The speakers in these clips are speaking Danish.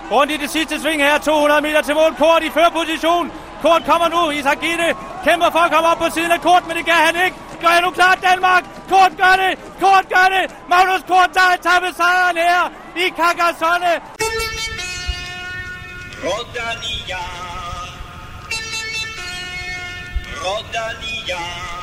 Rundt i det sidste sving her, 200 meter til mål. Kort i førerposition. Kort kommer nu. Isak Gitte kæmper for at komme op på siden af Kort, men det gør han ikke. Gør jeg nu klart Danmark. Kort gør det. Kort gør det. Magnus Kort tager etappesejren her i Carcassonne. Rodania. Rodania.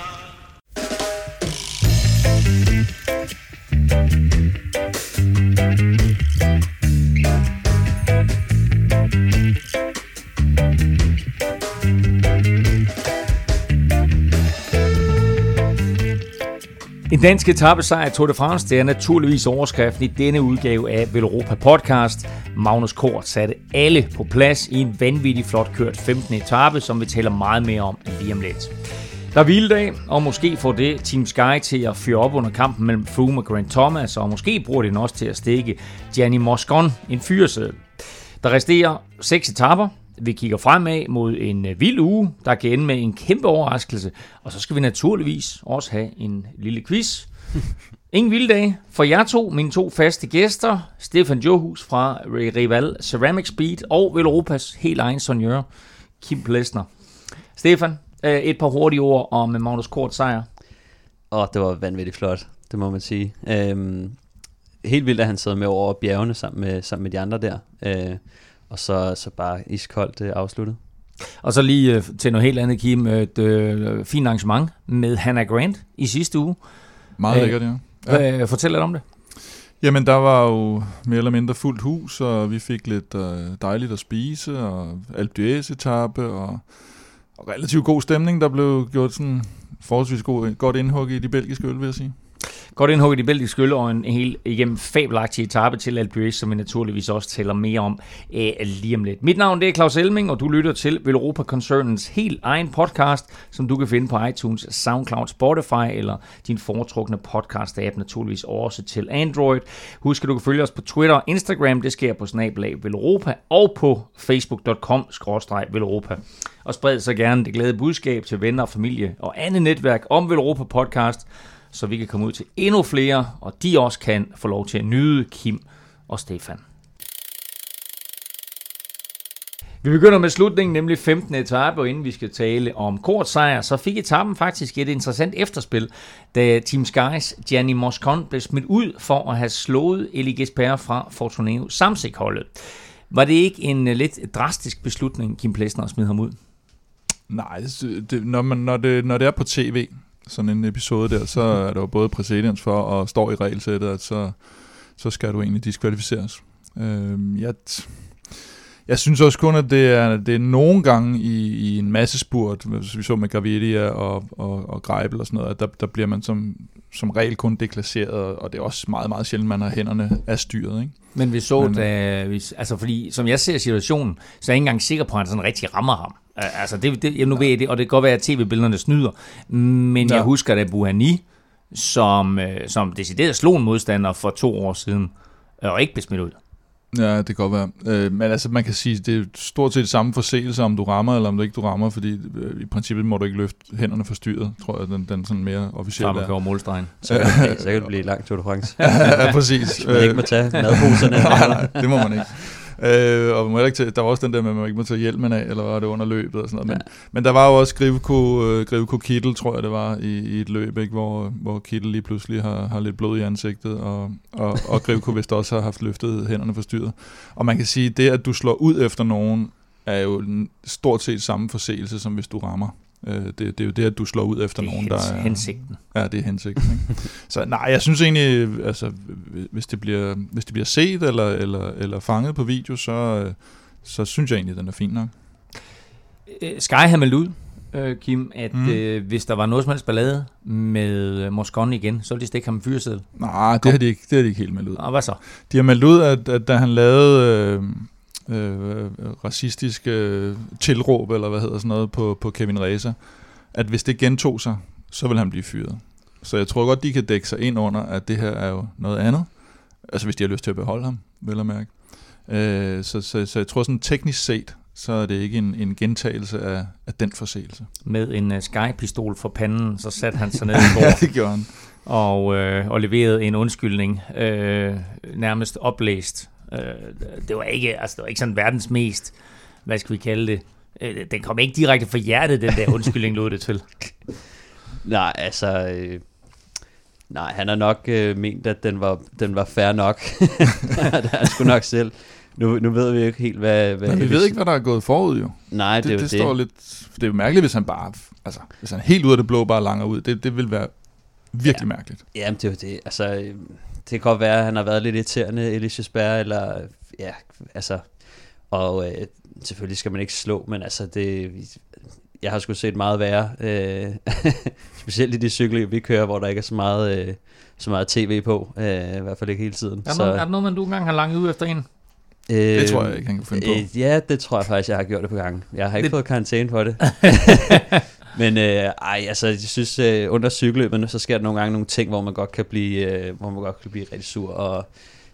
En dansk etapesejr i Tour de France, det er naturligvis overskriften i denne udgave af Velropa Podcast. Magnus Kort satte alle på plads i en vanvittig flot kørt 15. etape, som vi taler meget mere om lige om lidt. Der er hviledag, og måske får det Team Sky til at fyre op under kampen mellem Froome og Geraint Thomas, og måske bruger det den også til at stikke Gianni Moscon en fyreseddel. Der resterer 6 etaper. Vi kigger fremad mod en vild uge, der kan ende med en kæmpe overraskelse. Og så skal vi naturligvis også have en lille quiz. Ingen vilde dage for jer to, mine 2 faste gæster. Stefan Johus fra Rival Ceramic Speed og Velropas helt egen sonjør, Kim Plesner. Stefan, et par hurtige ord om Magnus Kort sejr. Det var vanvittigt flot, det må man sige. Helt vildt, at han sad med over bjergene sammen med de andre der. Og så bare iskoldt afsluttet. Og så lige til noget helt andet, Kim, et fint arrangement med Hannah Grant i sidste uge. Meget lækkert, ja. Fortæl lidt om det. Jamen, der var jo mere eller mindre fuldt hus, og vi fik lidt dejligt at spise, og Alpe d'Huez-etape, og relativt god stemning. Der blev gjort sådan forholdsvis godt indhug i de belgiske øl, vil jeg sige. Godt indhugget i belgisk øl og en helt igennem fabelagtig etape til Alpe d'Huez, som vi naturligvis også tæller mere om lige om lidt. Mit navn det er Claus Elming, og du lytter til Velropa-koncernens helt egen podcast, som du kan finde på iTunes, SoundCloud, Spotify eller din foretrukne podcast-app, naturligvis også til Android. Husk, at du kan følge os på Twitter og Instagram, det sker på @Velropa og på facebook.com/Velropa. Og spred så gerne det glade budskab til venner, familie og andet netværk om Velropa Podcast, så vi kan komme ud til endnu flere, og de også kan få lov til at nyde Kim og Stefan. Vi begynder med slutningen, nemlig 15. etape, og inden vi skal tale om Kort sejr, så fik etappen faktisk et interessant efterspil, da Team Skys Gianni Moscon blev smidt ud for at have slået Eli Gisbert fra Fortuneo Samsic-holdet. Var det ikke en lidt drastisk beslutning, Kim Plesner, at smide ham ud? Nej, når det er på tv, sådan en episode der, så er der jo både præcedens for, og står i regelsættet, at så skal du egentlig diskvalificeres. Jeg synes også kun, at det er nogle gange i en masse spurt, hvis vi så med Gaviria og Greipel og sådan noget, at der bliver man som regel kun deklasseret, og det er også meget, meget sjældent, man har hænderne af styret, ikke? Men vi så, altså fordi, som jeg ser situationen, så er jeg ikke engang sikker på, at han sådan rigtig rammer ham. Altså, nu ved jeg det, og det kan godt være, at tv-billederne snyder, men jeg husker, at Bouhanni, som decideret slog en modstander for 2 år siden, og ikke blev smidt ud. Ja, det kan godt være. Men altså, man kan sige, det er stort set samme forseelse, om du rammer, eller om du ikke rammer, fordi i princippet må du ikke løfte hænderne for styret, tror jeg, den sådan mere officielle er. Før man kører målstregen. Så kan det blive langt Tour de France. Ja, præcis. Man ikke må tage madposerne. Nej, det må man ikke. Og man må ikke der var også den der med, at man ikke må tage hjelmen af, eller var det under løbet og sådan noget. Men der var jo også Grivko Kittel, tror jeg det var, i et løb, ikke? Hvor Kittel lige pludselig har lidt blod i ansigtet, og Grivko vist også har haft løftet hænderne for styret. Og man kan sige, det at du slår ud efter nogen, er jo stort set samme forseelse, som hvis du rammer. Det er jo det, at du slår ud efter nogen, der er... hensigten. Ja, det er hensigten. Ikke? Så nej, jeg synes egentlig, altså, hvis det bliver set eller fanget på video, så synes jeg egentlig, den er fin nok. Sky har meldt ud, Kim, at hvis der var noget som helst ballade med Moscon igen, så ville de stikke ham en fyreseddel. Nej, det har de ikke helt meldt ud. Og hvad så? De har meldt ud, at da han lavede racistiske tilråb, eller hvad hedder sådan noget, på Kevin Reza, at hvis det gentog sig, så vil han blive fyret. Så jeg tror godt, de kan dække sig ind under, at det her er jo noget andet. Altså hvis de har lyst til at beholde ham, vel at mærke. Så jeg tror sådan teknisk set, så er det ikke en gentagelse af den forseelse. Med en Sky-pistol for panden, så satte han sig ned i går. Ja, det gjorde han. Og leverede en undskyldning, nærmest oplæst Det var ikke sådan verdens mest, hvad skal vi kalde det, den kom ikke direkte fra hjertet, den der undskyldning lod det til. Nej, altså... Nej, han har nok ment, at den var fair nok. Det er sgu nok selv. Nu ved vi jo ikke helt, hvad... Men vi ved ikke, hvad der er gået forud, jo. Nej, det står lidt... Det er jo mærkeligt, hvis han bare... Altså, hvis han helt ud af det blå bare langer ud. Det vil være virkelig mærkeligt. Jamen, det er jo det. Altså, det kan godt være, at han har været lidt irriterende, Elie Sperr, eller... Ja, altså... Og selvfølgelig skal man ikke slå, men altså, det... Jeg har sgu set meget værre. Specielt i de cykler, vi kører, hvor der ikke er så meget tv på. I hvert fald ikke hele tiden. Er der noget, man du engang har langet ud efter en? Det tror jeg ikke, han kan finde på. Ja, det tror jeg faktisk, jeg har gjort det på gangen. Jeg har ikke fået karantæne for det. Men altså, jeg synes, under cykelløbene, så sker der nogle gange nogle ting, hvor man godt kan blive, rigtig sur. Og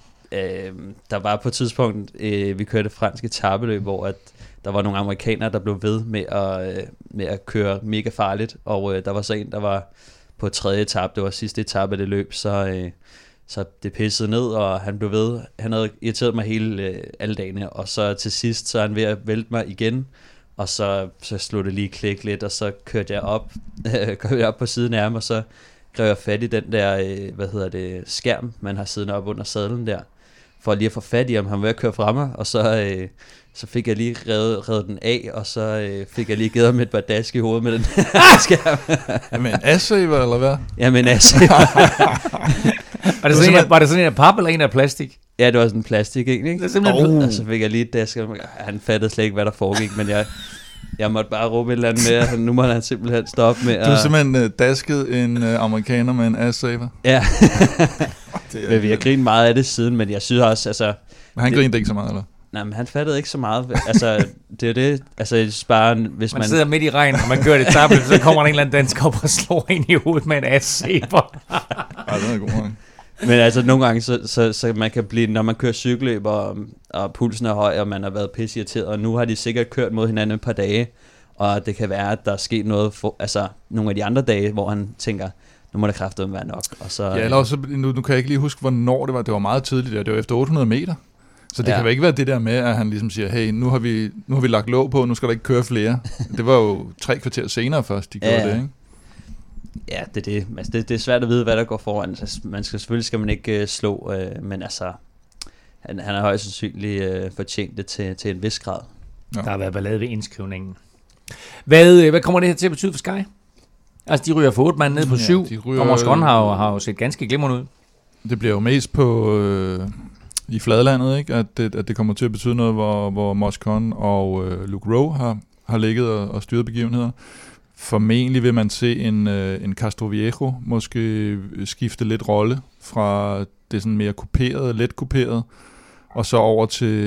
der var på et tidspunkt, vi kørte fransk etapeløb, hvor at der var nogle amerikanere, der blev ved med at køre mega farligt. Og der var så en, der var på tredje etape, det var sidste etape af det løb, så det pissede ned, og han blev ved. Han havde irriteret mig alle dagene, og så til sidst, så er han ved at vælte mig igen, og så slog det lige klik lidt, og så kørte jeg op på siden af ham, og så greb jeg fat i den der, skærm, man har siddende op under sadlen der, for lige at få fat i ham. Han var ved at køre fra mig, og så fik jeg lige revet den af, og så fik jeg lige givet ham et par dask i hovedet med den skærm. Jamen en assaver, eller hvad? Jamen en assaver. Var det sådan en af pap, eller en af plastik? Ja, det var sådan en plastik, ikke? Det er simpelthen og så fik jeg lige et dask. Han fattede slet ikke, hvad der foregik, men jeg måtte bare råbe et eller andet med, nu må han simpelthen stoppe med. Du har simpelthen dasket en amerikaner med en ass-saver? Ja. Men vi har grinet meget af det siden, men jeg synes også, altså... Men han grinede ikke så meget, eller? Nej, men han fattede ikke så meget. Altså, det er det. Altså, bare hvis man sidder midt i regn, og man kører det tablet, så kommer der en eller anden dansker op og slår ind i hovedet med en ass-saver. Ej, det er god nok. Men altså, nogle gange, så man kan blive, når man kører cykelløb, og pulsen er høj, og man har været pisseirriteret, og nu har de sikkert kørt mod hinanden et par dage, og det kan være, at der er sket noget, nogle af de andre dage, hvor han tænker, nu må det kraftedeme være nok. Og så, ja, eller også, nu kan jeg ikke lige huske, hvornår det var. Det var meget tidligt, det var efter 800 meter. Så det kan jo ikke være det der med, at han ligesom siger, hey, nu har vi lagt låg på, nu skal der ikke køre flere. Det var jo 3 kvarter senere først, de gjorde det, ikke? Ja, det er det. Altså, det er svært at vide, hvad der går foran. Altså, selvfølgelig skal man ikke slå, men altså, han har højst sandsynligt fortjent det til en vis grad. Ja. Der har været ballade ved indskrivningen. Hvad kommer det her til at betyde for Sky? Altså, de ryger for 8 mand ned på 7, og Moscon har jo set ganske glimrende ud. Det bliver jo mest på... i fladlandet, ikke? At det kommer til at betyde noget, hvor Moscon og Luke Rowe har ligget og styret begivenheder. Formentlig vil man se en Castroviejo måske skifte lidt rolle fra det sådan mere kuperet, let kuperet, og så over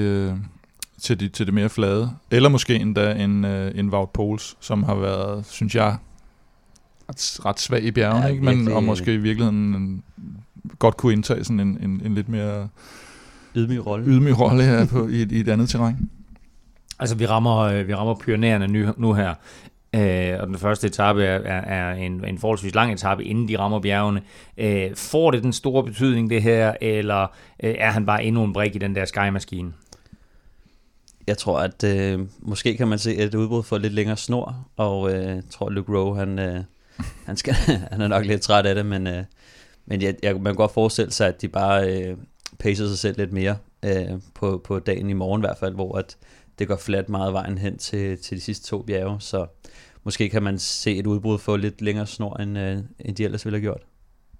til det mere flade. Eller måske endda en Wout Poels, som har været, synes jeg, ret svag i bjergene, ikke? Men og måske i virkeligheden godt kunne indtage sådan en lidt mere ydmyg rolle her i et andet terræn. Altså vi rammer Pyrenæerne nu her, og den første etape er en forholdsvis lang etape, inden de rammer bjergene. Får det den store betydning det her, eller er han bare endnu en brik i den der Sky-maskine? Jeg tror, at måske kan man se et udbrud for lidt længere snor, og jeg tror, Luke Rowe, han er nok lidt træt af det, men man kan godt forestille sig, at de bare pacer sig selv lidt mere på dagen i morgen i hvert fald, hvor at det går fladt meget vejen hen til de sidste 2 bjerge, så måske kan man se et udbrud for lidt længere snor, end de ellers ville have gjort.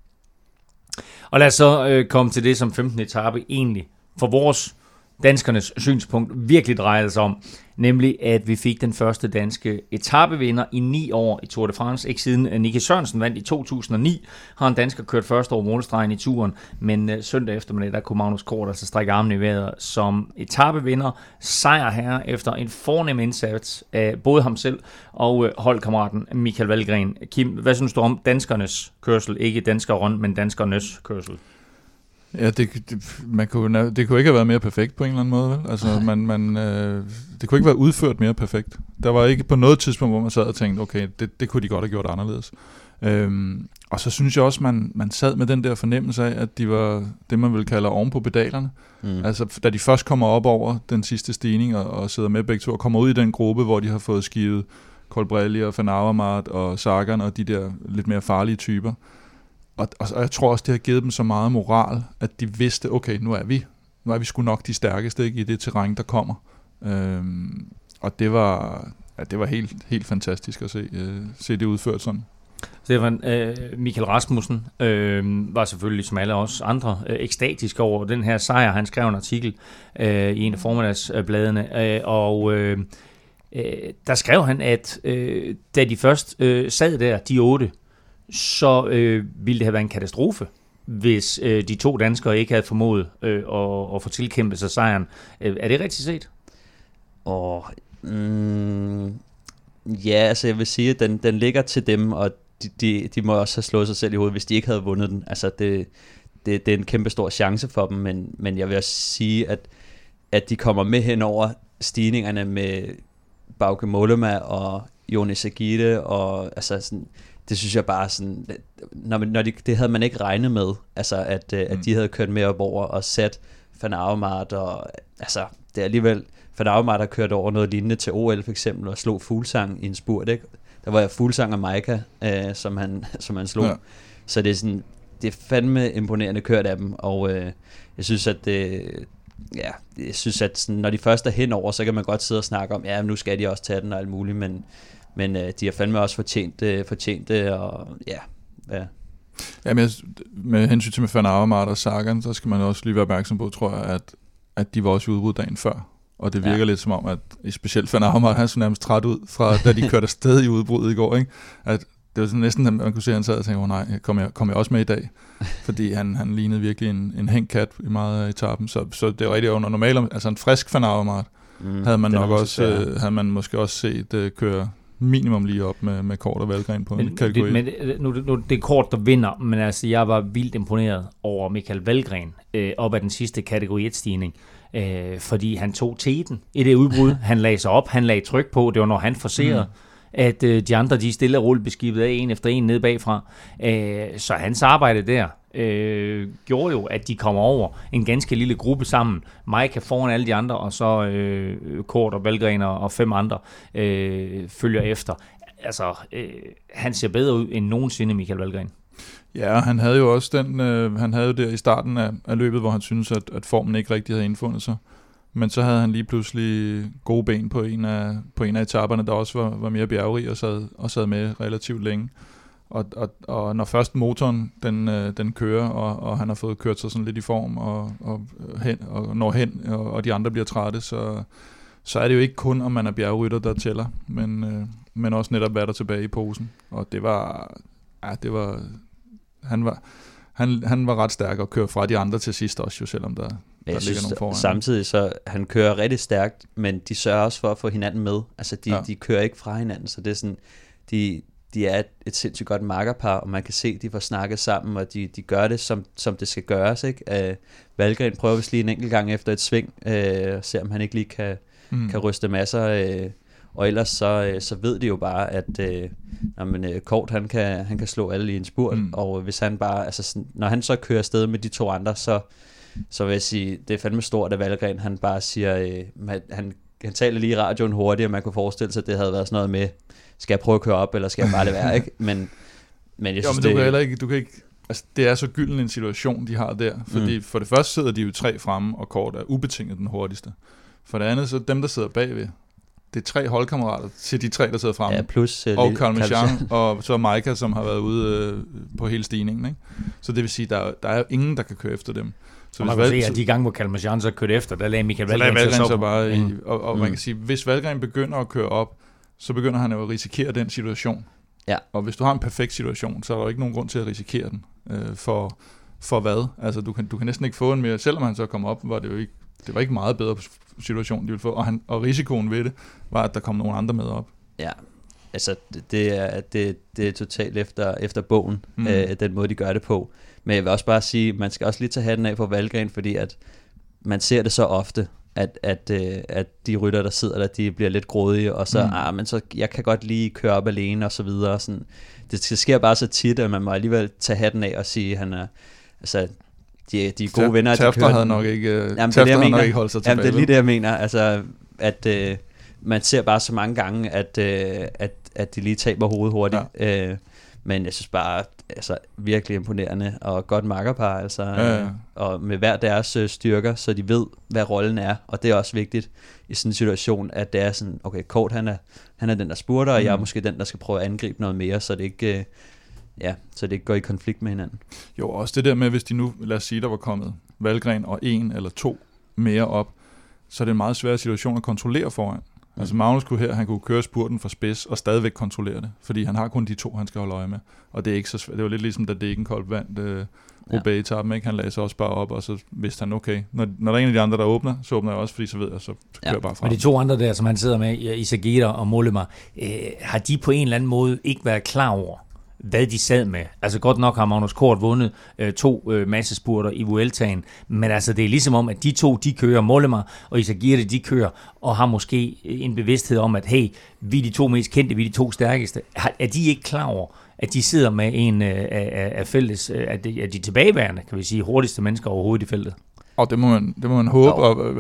Og lad os så komme til det, som 15. etape egentlig for vores danskernes synspunkt virkelig drejede sig om, nemlig at vi fik den første danske etapevinder i 9 år i Tour de France. Ikke siden Nicky Sørensen vandt i 2009, har en dansker kørt først over målstregen i turen, men søndag eftermiddag, der kunne Magnus Kort altså strække armen i vejret som etapevinder, sejrherre efter en fornem indsats af både ham selv og holdkammeraten Michael Valgren. Kim, hvad synes du om danskernes kørsel? Ikke danskeren, men danskernes kørsel. Ja, det kunne ikke have været mere perfekt på en eller anden måde, vel? Altså, det kunne ikke være udført mere perfekt. Der var ikke på noget tidspunkt, hvor man sad og tænkte, okay, det kunne de godt have gjort anderledes. Og så synes jeg også, man sad med den der fornemmelse af, at de var det, man vil kalde oven på pedalerne. Altså, da de først kommer op over den sidste stigning og sidder med begge to og kommer ud i den gruppe, hvor de har fået skivet Colbrelli og Van Avermaet og Sagan og de der lidt mere farlige typer. Og jeg tror også, det har givet dem så meget moral, at de vidste, okay, nu er vi sgu nok de stærkeste, ikke, i det terræn, der kommer. Og det var helt fantastisk at se det udført sådan. Stefan, Michael Rasmussen var selvfølgelig som alle os andre ekstatisk over den her sejr. Han skrev en artikel i en af formiddagsbladene, og der skrev han, at da de først sad der, de 8, så ville det have været en katastrofe, hvis de 2 danskere ikke havde formået at få tilkæmpet sig sejren. Er det rigtigt set? Ja, altså jeg vil sige, at den ligger til dem, og de må også have slået sig selv i hovedet, hvis de ikke havde vundet den. Altså det er en kæmpe stor chance for dem, men jeg vil også sige, at de kommer med hen over stigningerne med Bauke Mollema og Jonas Agide, og altså sådan, det synes jeg bare sådan, det havde man ikke regnet med, altså at de havde kørt med op over og sat Van Avermaet, og altså det er alligevel, Van Avermaet har kørt over noget lignende til OL for eksempel, og slog Fuglsang i en spurt, ikke? Der var jeg Fuglsang og Maika, som han slog. Ja. Så det er sådan, det er fandme imponerende kørt af dem, og jeg synes, at sådan, når de først er henover, så kan man godt sidde og snakke om, ja, nu skal de også tage den og alt muligt, men de har fandme også fortjent det, og ja. Ja, men med hensyn til med Van Avermaet og Sagan, så skal man også lige være opmærksom på, tror jeg, at de var også i udbrud dagen før. Og det virker lidt som om, at specielt Van Avermaet, han så nærmest træt ud, fra da de kørte afsted i udbruddet i går, ikke? At det var sådan næsten, at man kunne se, at han sad og tænkte, nej, kom jeg også med i dag? Fordi han lignede virkelig en hængkat i meget af etappen. Så det var rigtig under normalt, altså en frisk Van Avermaet, havde man nok også, havde man måske også set køre minimum lige op med Kort og Valgren på en kategori. Men nu det er Kort, der vinder, men altså jeg var vildt imponeret over Michael Valgren op af den sidste kategori 1-stigning. Fordi han tog teten i det udbrud. Han lagde sig op, han lagde tryk på. Det var når han forcerede, at de andre, de stille og roligt beskibede af en efter en ned bagfra. Så hans arbejde der gjorde jo, at de kommer over en ganske lille gruppe sammen. Maika foran alle de andre, og så Kort og Valgren og 5 andre følger efter. Altså, han ser bedre ud end nogensinde, Michael Valgren. Ja, han havde jo også han havde jo der i starten af løbet, hvor han syntes, at formen ikke rigtig havde indfundet sig. Men så havde han lige pludselig gode ben på en af etaperne, der også var mere bjergrig og sad med relativt længe. Og når først motoren den kører, og han har fået kørt sig sådan lidt i form og når hen, og de andre bliver trætte, så er det jo ikke kun, om man er bjergrytter, der tæller, men også netop hvad der tilbage i posen. Og det var han var ret stærk og køre fra de andre til sidst også, jo, selvom der ligger nogle foran. Samtidig så han kører rigtig stærkt, men de sørger også for at få hinanden med. Altså de kører ikke fra hinanden, så det er sådan, de er et sindssygt godt makkerpar, og man kan se, at de får snakket sammen, og de gør det, som det skal gøres, ikke? Valgren prøver vist lige en enkelt gang efter et sving, ser om han ikke lige kan ryste masser, og ellers så ved de jo bare, at Kort han kan slå alle i en spurt, og hvis han bare, altså sådan, når han så kører afsted med de 2 andre, så vil jeg sige, det er fandme stort, at Valgren han bare siger, han taler lige i radioen hurtigt, og man kunne forestille sig, at det havde været sådan noget med, skal jeg prøve at køre op, eller skal jeg bare det være, ikke? Men jeg synes, du kan ikke, altså det er så gylden en situation, de har der, fordi for det første sidder de jo 3 fremme, og Kort er ubetinget den hurtigste. For det andet, så dem, der sidder bagved, det er 3 holdkammerater til de 3, der sidder fremme. Ja, plus og Calmechan, og så Maika, som har været ude på hele stigningen, ikke? Så det vil sige, der er jo ingen, der kan køre efter dem. Så man kan se, at de gange, hvor Calmechan så kørte efter, der lagde Michael Valgren så bare i, og man kan sige, hvis Valgren begynder at køre op, så begynder han jo at risikere den situation. Ja. Og hvis du har en perfekt situation, så er der jo ikke nogen grund til at risikere den. For hvad? Altså, du kan næsten ikke få en mere. Selvom han så kom op, var det jo ikke, det var ikke meget bedre situation, de ville få. Og risikoen ved det var, at der kom nogle andre med op. Ja, altså det er totalt efter bogen, den måde, de gør det på. Men jeg vil også bare sige, man skal også lige tage hatten af på Valgren, fordi at man ser det så ofte, at de rytter, der sidder der, de bliver lidt grådige, og så, men så, jeg kan godt lige køre op alene, og så videre. Sådan. Det sker bare så tit, at man må alligevel tage hatten af og sige, at han er, altså, de er gode venner. Tafter havde nok ikke, nok ikke holdt sig tilbage. Jamen, det er lige det, jeg mener. Altså, at man ser bare så mange gange, at de lige taber hovedet hurtigt. Ja. Men jeg synes bare, altså virkelig imponerende og godt makkerpar, altså, og med hver deres styrker, så de ved, hvad rollen er, og det er også vigtigt i sådan en situation, at det er sådan, okay, Kort, han er den, der spurter, og jeg er måske den, der skal prøve at angribe noget mere, så det ikke, så det ikke går i konflikt med hinanden. Jo, også det der med, hvis de nu, lad os sige, der var kommet Valgren og 1 eller 2 mere op, så er det en meget svær situation at kontrollere foran. Altså Magnus han kunne køre spurten for spids og stadigvæk kontrollere det, fordi han har kun de 2, han skal holde øje med. Og det er ikke så svært. Det var lidt ligesom, da Degenkolb vandt Roubaix-etappen, ikke? Han lagde sig også bare op, og så vidste han, okay, når der er en af de andre, der åbner, så åbner jeg også, fordi så ved jeg, så kører jeg bare frem. Og de 2 andre der, som han sidder med, Izagirre og Mollema, har de på en eller anden måde ikke været klar over, hvad de sad med. Altså godt nok har Magnus Kort vundet 2 massespurter i Vueltaen, men altså det er ligesom om, at de 2, de kører, Mollema og Izagirre, de kører, og har måske en bevidsthed om, at hey, vi er de 2 mest kendte, vi er de 2 stærkeste. Er de ikke klar over, at de sidder med en af fælles, af de tilbageværende, kan vi sige, hurtigste mennesker overhovedet i feltet? Og det må man håbe,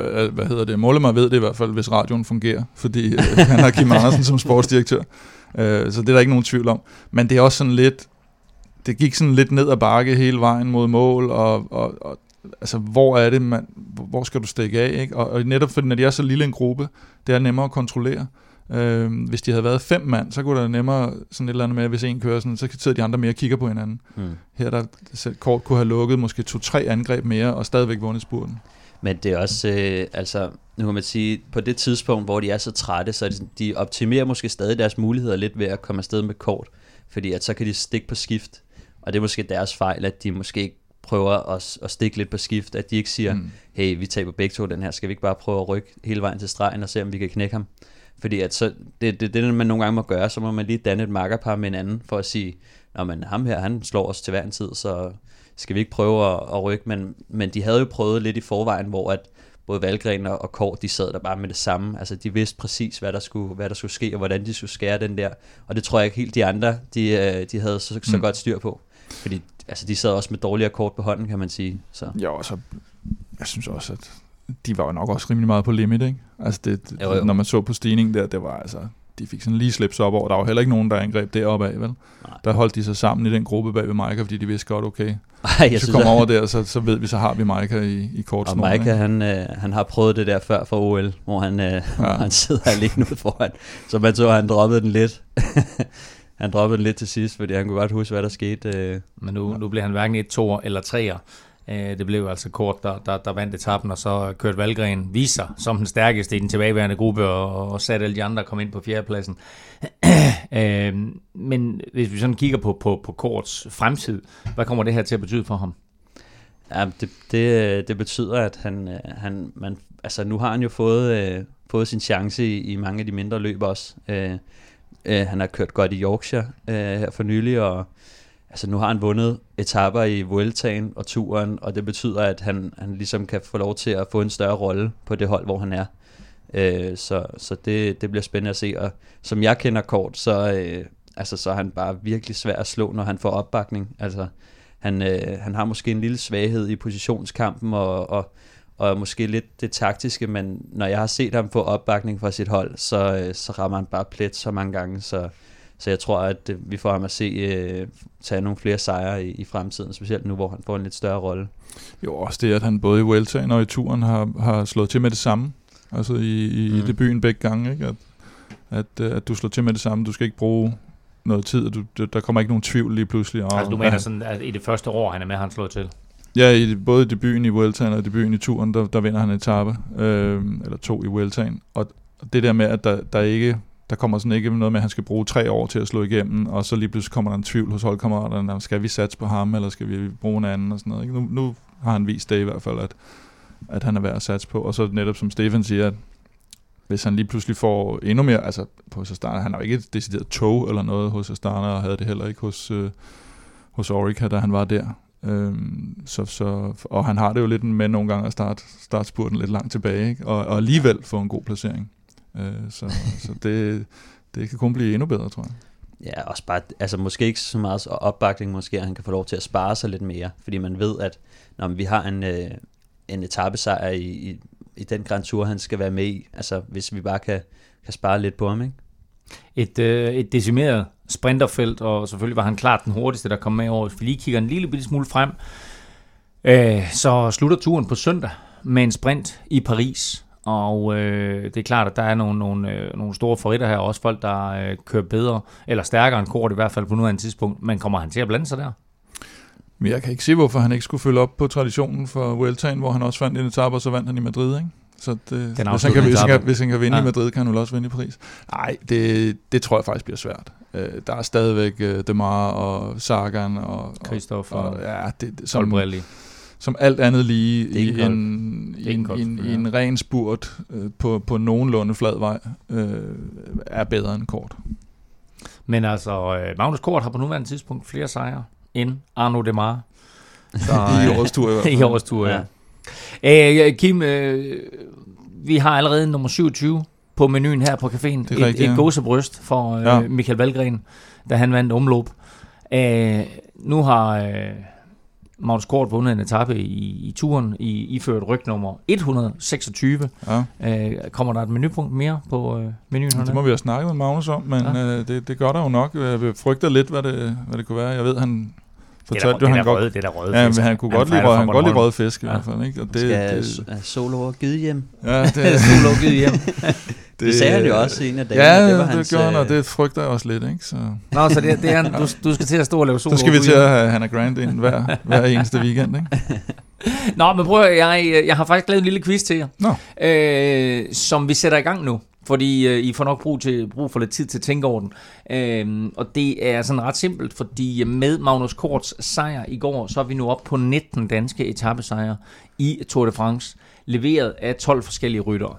og Mollema ved det i hvert fald, hvis radioen fungerer, fordi han har Kim Andersen som sportsdirektør. Så det er der ikke nogen tvivl om. Men det er også sådan lidt, det gik sådan lidt ned ad bakke hele vejen mod mål, og altså, hvor er det, hvor skal du stikke af, ikke? Og netop fordi, når de er så lille en gruppe, det er nemmere at kontrollere. Hvis de havde været 5 mand, så kunne der nemmere sådan et eller andet med, hvis en kører sådan, så sidder de andre mere og kigger på hinanden. Her der Kort kunne have lukket måske 2-3 angreb mere, og stadigvæk vundet spurten. Men det er også, altså, nu kan man sige, på det tidspunkt, hvor de er så trætte, så de optimerer måske stadig deres muligheder lidt ved at komme afsted med Kort, fordi at så kan de stikke på skift, og det er måske deres fejl, at de måske prøver at stikke lidt på skift, at de ikke siger, hey, vi taber begge 2 den her, skal vi ikke bare prøve at rykke hele vejen til stregen og se, om vi kan knække ham? Fordi at så, det man nogle gange må gøre, så må man lige danne et makkerpar med en anden, for at sige, nå, men ham her, han slår os til hver en tid, så skal vi ikke prøve at rykke, men de havde jo prøvet lidt i forvejen, hvor at både Valgren og Kort, de sad der bare med det samme, altså de vidste præcis, hvad der skulle ske, og hvordan de skulle skære den der, og det tror jeg ikke helt de andre, de havde så godt styr på, fordi altså, de sad også med dårligere kort på hånden, kan man sige. Så. Ja, og så, jeg synes også, at de var jo nok også rimelig meget på limit, ikke? Altså jo. Når man så på stigningen der, det var altså, de fik sådan lige slips op over. Der var heller ikke nogen, der angreb deroppe af, vel? Nej. Der holdt de sig sammen i den gruppe bag ved Majka, fordi de vidste godt, okay, hvis vi kommer over der, så ved vi, så har vi Majka i kortsnoren. Og Majka, han har prøvet det der før for OL, hvor han sidder alene ude foran. Så man så, han droppede den lidt. Han droppede den lidt til sidst, fordi han kunne godt huske, hvad der skete. Men nu blev han hverken 1, 2 eller 3'er. Det blev altså Kort, der vandt etappen, og så kørte Valgren vise sig som den stærkeste i den tilbageværende gruppe, og satte alle de andre kom ind på 4. pladsen. Men hvis vi sådan kigger på Korts fremtid, hvad kommer det her til at betyde for ham? Ja, det betyder, at man, altså nu har han jo fået sin chance i mange af de mindre løb også. Han har kørt godt i Yorkshire her for nylig, og altså nu har han vundet etaper i Vueltaen og turen, og det betyder, at han ligesom kan få lov til at få en større rolle på det hold, hvor han er. Så det bliver spændende at se, og som jeg kender Kort, så er han bare virkelig svær at slå, når han får opbakning. Altså han har måske en lille svaghed i positionskampen, og måske lidt det taktiske, men når jeg har set ham få opbakning fra sit hold, så rammer han bare plet så mange gange, så jeg tror, at vi får ham at tage nogle flere sejre i fremtiden, specielt nu, hvor han får en lidt større rolle. Jo, også det, at han både i Vueltaen og i turen har slået til med det samme. Altså i debuten begge gange, ikke? At du slår til med det samme. Du skal ikke bruge noget tid, og der kommer ikke nogen tvivl lige pludselig. Altså du mener sådan, at i det første år, han er med, han slået til? Ja, både i debuten i Vueltaen og debuten i turen, der vinder han en etape, eller 2 i Vueltaen. Og det der med, at der kommer sådan ikke noget med, at han skal bruge 3 år til at slå igennem, og så lige pludselig kommer der en tvivl hos holdkammeraterne, skal vi satse på ham, eller skal vi bruge en anden og sådan noget. Ikke? Nu har han vist det i hvert fald, at han er værd at satse på. Og så netop som Stefan siger, at hvis han lige pludselig får endnu mere, altså på Astana, han har jo ikke et decideret tog eller noget hos Astana, og havde det heller ikke hos Orica, da han var der. Og han har det jo lidt med nogle gange at starte spurten lidt langt tilbage, ikke? Og alligevel få en god placering. Så det kan kun blive endnu bedre, tror jeg. Ja, også bare, altså måske ikke så meget opbakning, måske at han kan få lov til at spare sig lidt mere, fordi man ved, at når vi har en etapesejr i den Grand Tour, han skal være med i, altså hvis vi bare kan spare lidt på ham, ikke? Et decimeret sprinterfelt, og selvfølgelig var han klart den hurtigste, der kom med over. Hvis vi lige kigger en lille bitte smule frem, så slutter turen på søndag med en sprint i Paris. Og det er klart, at der er nogle store favoritter her, også folk, der kører bedre, eller stærkere end Kort i hvert fald på nuværende tidspunkt. Men kommer han til at blande sig der? Men jeg kan ikke se, hvorfor han ikke skulle følge op på traditionen for Vueltaen, hvor han også fandt en etape, og så vandt han i Madrid, ikke? Så hvis han kan vinde i Madrid, kan han vel også vinde i Paris. Nej, det tror jeg faktisk bliver svært. Der er stadigvæk Demar og Sagan og Christoph og Colbrelli. Som alt andet lige i en ren spurt på nogenlunde flad vej er bedre end Kort. Men altså, Magnus Kort har på nuværende tidspunkt flere sejre end Arnaud Demar. Så, i årets tur i hvert fald. I årets tur, ja. Kim, vi har allerede nummer 27 på menuen her på caféen. Et gåsebryst for Michael Valgren, da han vandt omløb. Nu har Magnus Kort vundet en etape i turen, iført ryg nummer 126. Ja. Kommer der et menupunkt mere på menuen? Det må vi have snakket med Magnus om, men det gør der jo nok. Jeg frygter lidt, hvad det kunne være. Jeg ved, han fortalte jo, han godt... Det der røde fisk. Ja, han kunne godt lide røde fisk i hvert fald. Ikke? Og det Solo og givet hjem. Ja, det Solo og givet hjem. Det sagde han jo også en af dagene. Ja, det gjorde han, og det frygter jeg også lidt, ikke? Så. Nå, så det er, du skal til at stå og lave solo. Så skal vi til at have Hannah Grant ind hver eneste weekend, ikke? Nå, men prøv at, jeg har faktisk lavet en lille quiz til jer, som vi sætter i gang nu. Fordi I får nok brug for lidt tid til at tænke over den. Og det er sådan ret simpelt, fordi med Magnus Korts sejr i går, så er vi nu op på 19 danske etapesejre i Tour de France, leveret af 12 forskellige ryttere.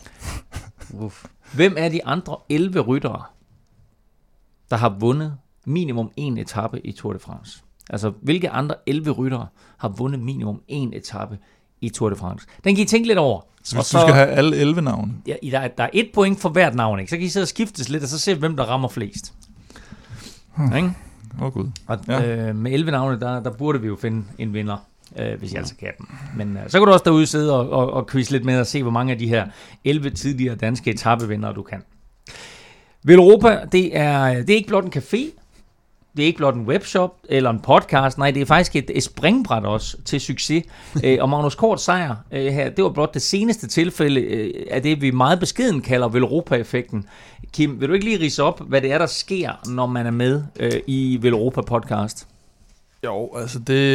Hvem er de andre 11 ryttere, der har vundet minimum en etape i Tour de France? Altså, hvilke andre 11 ryttere har vundet minimum en etape i Tour de France? Den kan I tænke lidt over. Så hvis du skal have alle 11 navne? Ja, der er 1 point for hvert navn, ikke? Så kan I sidde og skiftes lidt, og så se, hvem der rammer flest. Ikke? Gud. Og med 11 navne, der burde vi jo finde en vinder, hvis jeg altså kan dem. Men så kan du også derude sidde og quizze lidt med og se, hvor mange af de her 11 tidligere danske etapevindere du kan. Velropa, det er ikke blot en café, det er ikke blot en webshop eller en podcast, nej, det er faktisk et springbræt også til succes. Og Magnus Korts sejr her, det var blot det seneste tilfælde af det, vi meget beskeden kalder Velropa-effekten. Kim, vil du ikke lige ridse op, hvad det er, der sker, når man er med i Velropa podcast? Jo, altså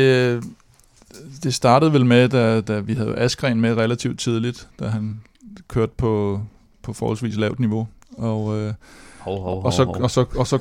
det startede vel med, da vi havde Askren med relativt tidligt, da han kørte på forholdsvis lavt niveau, og så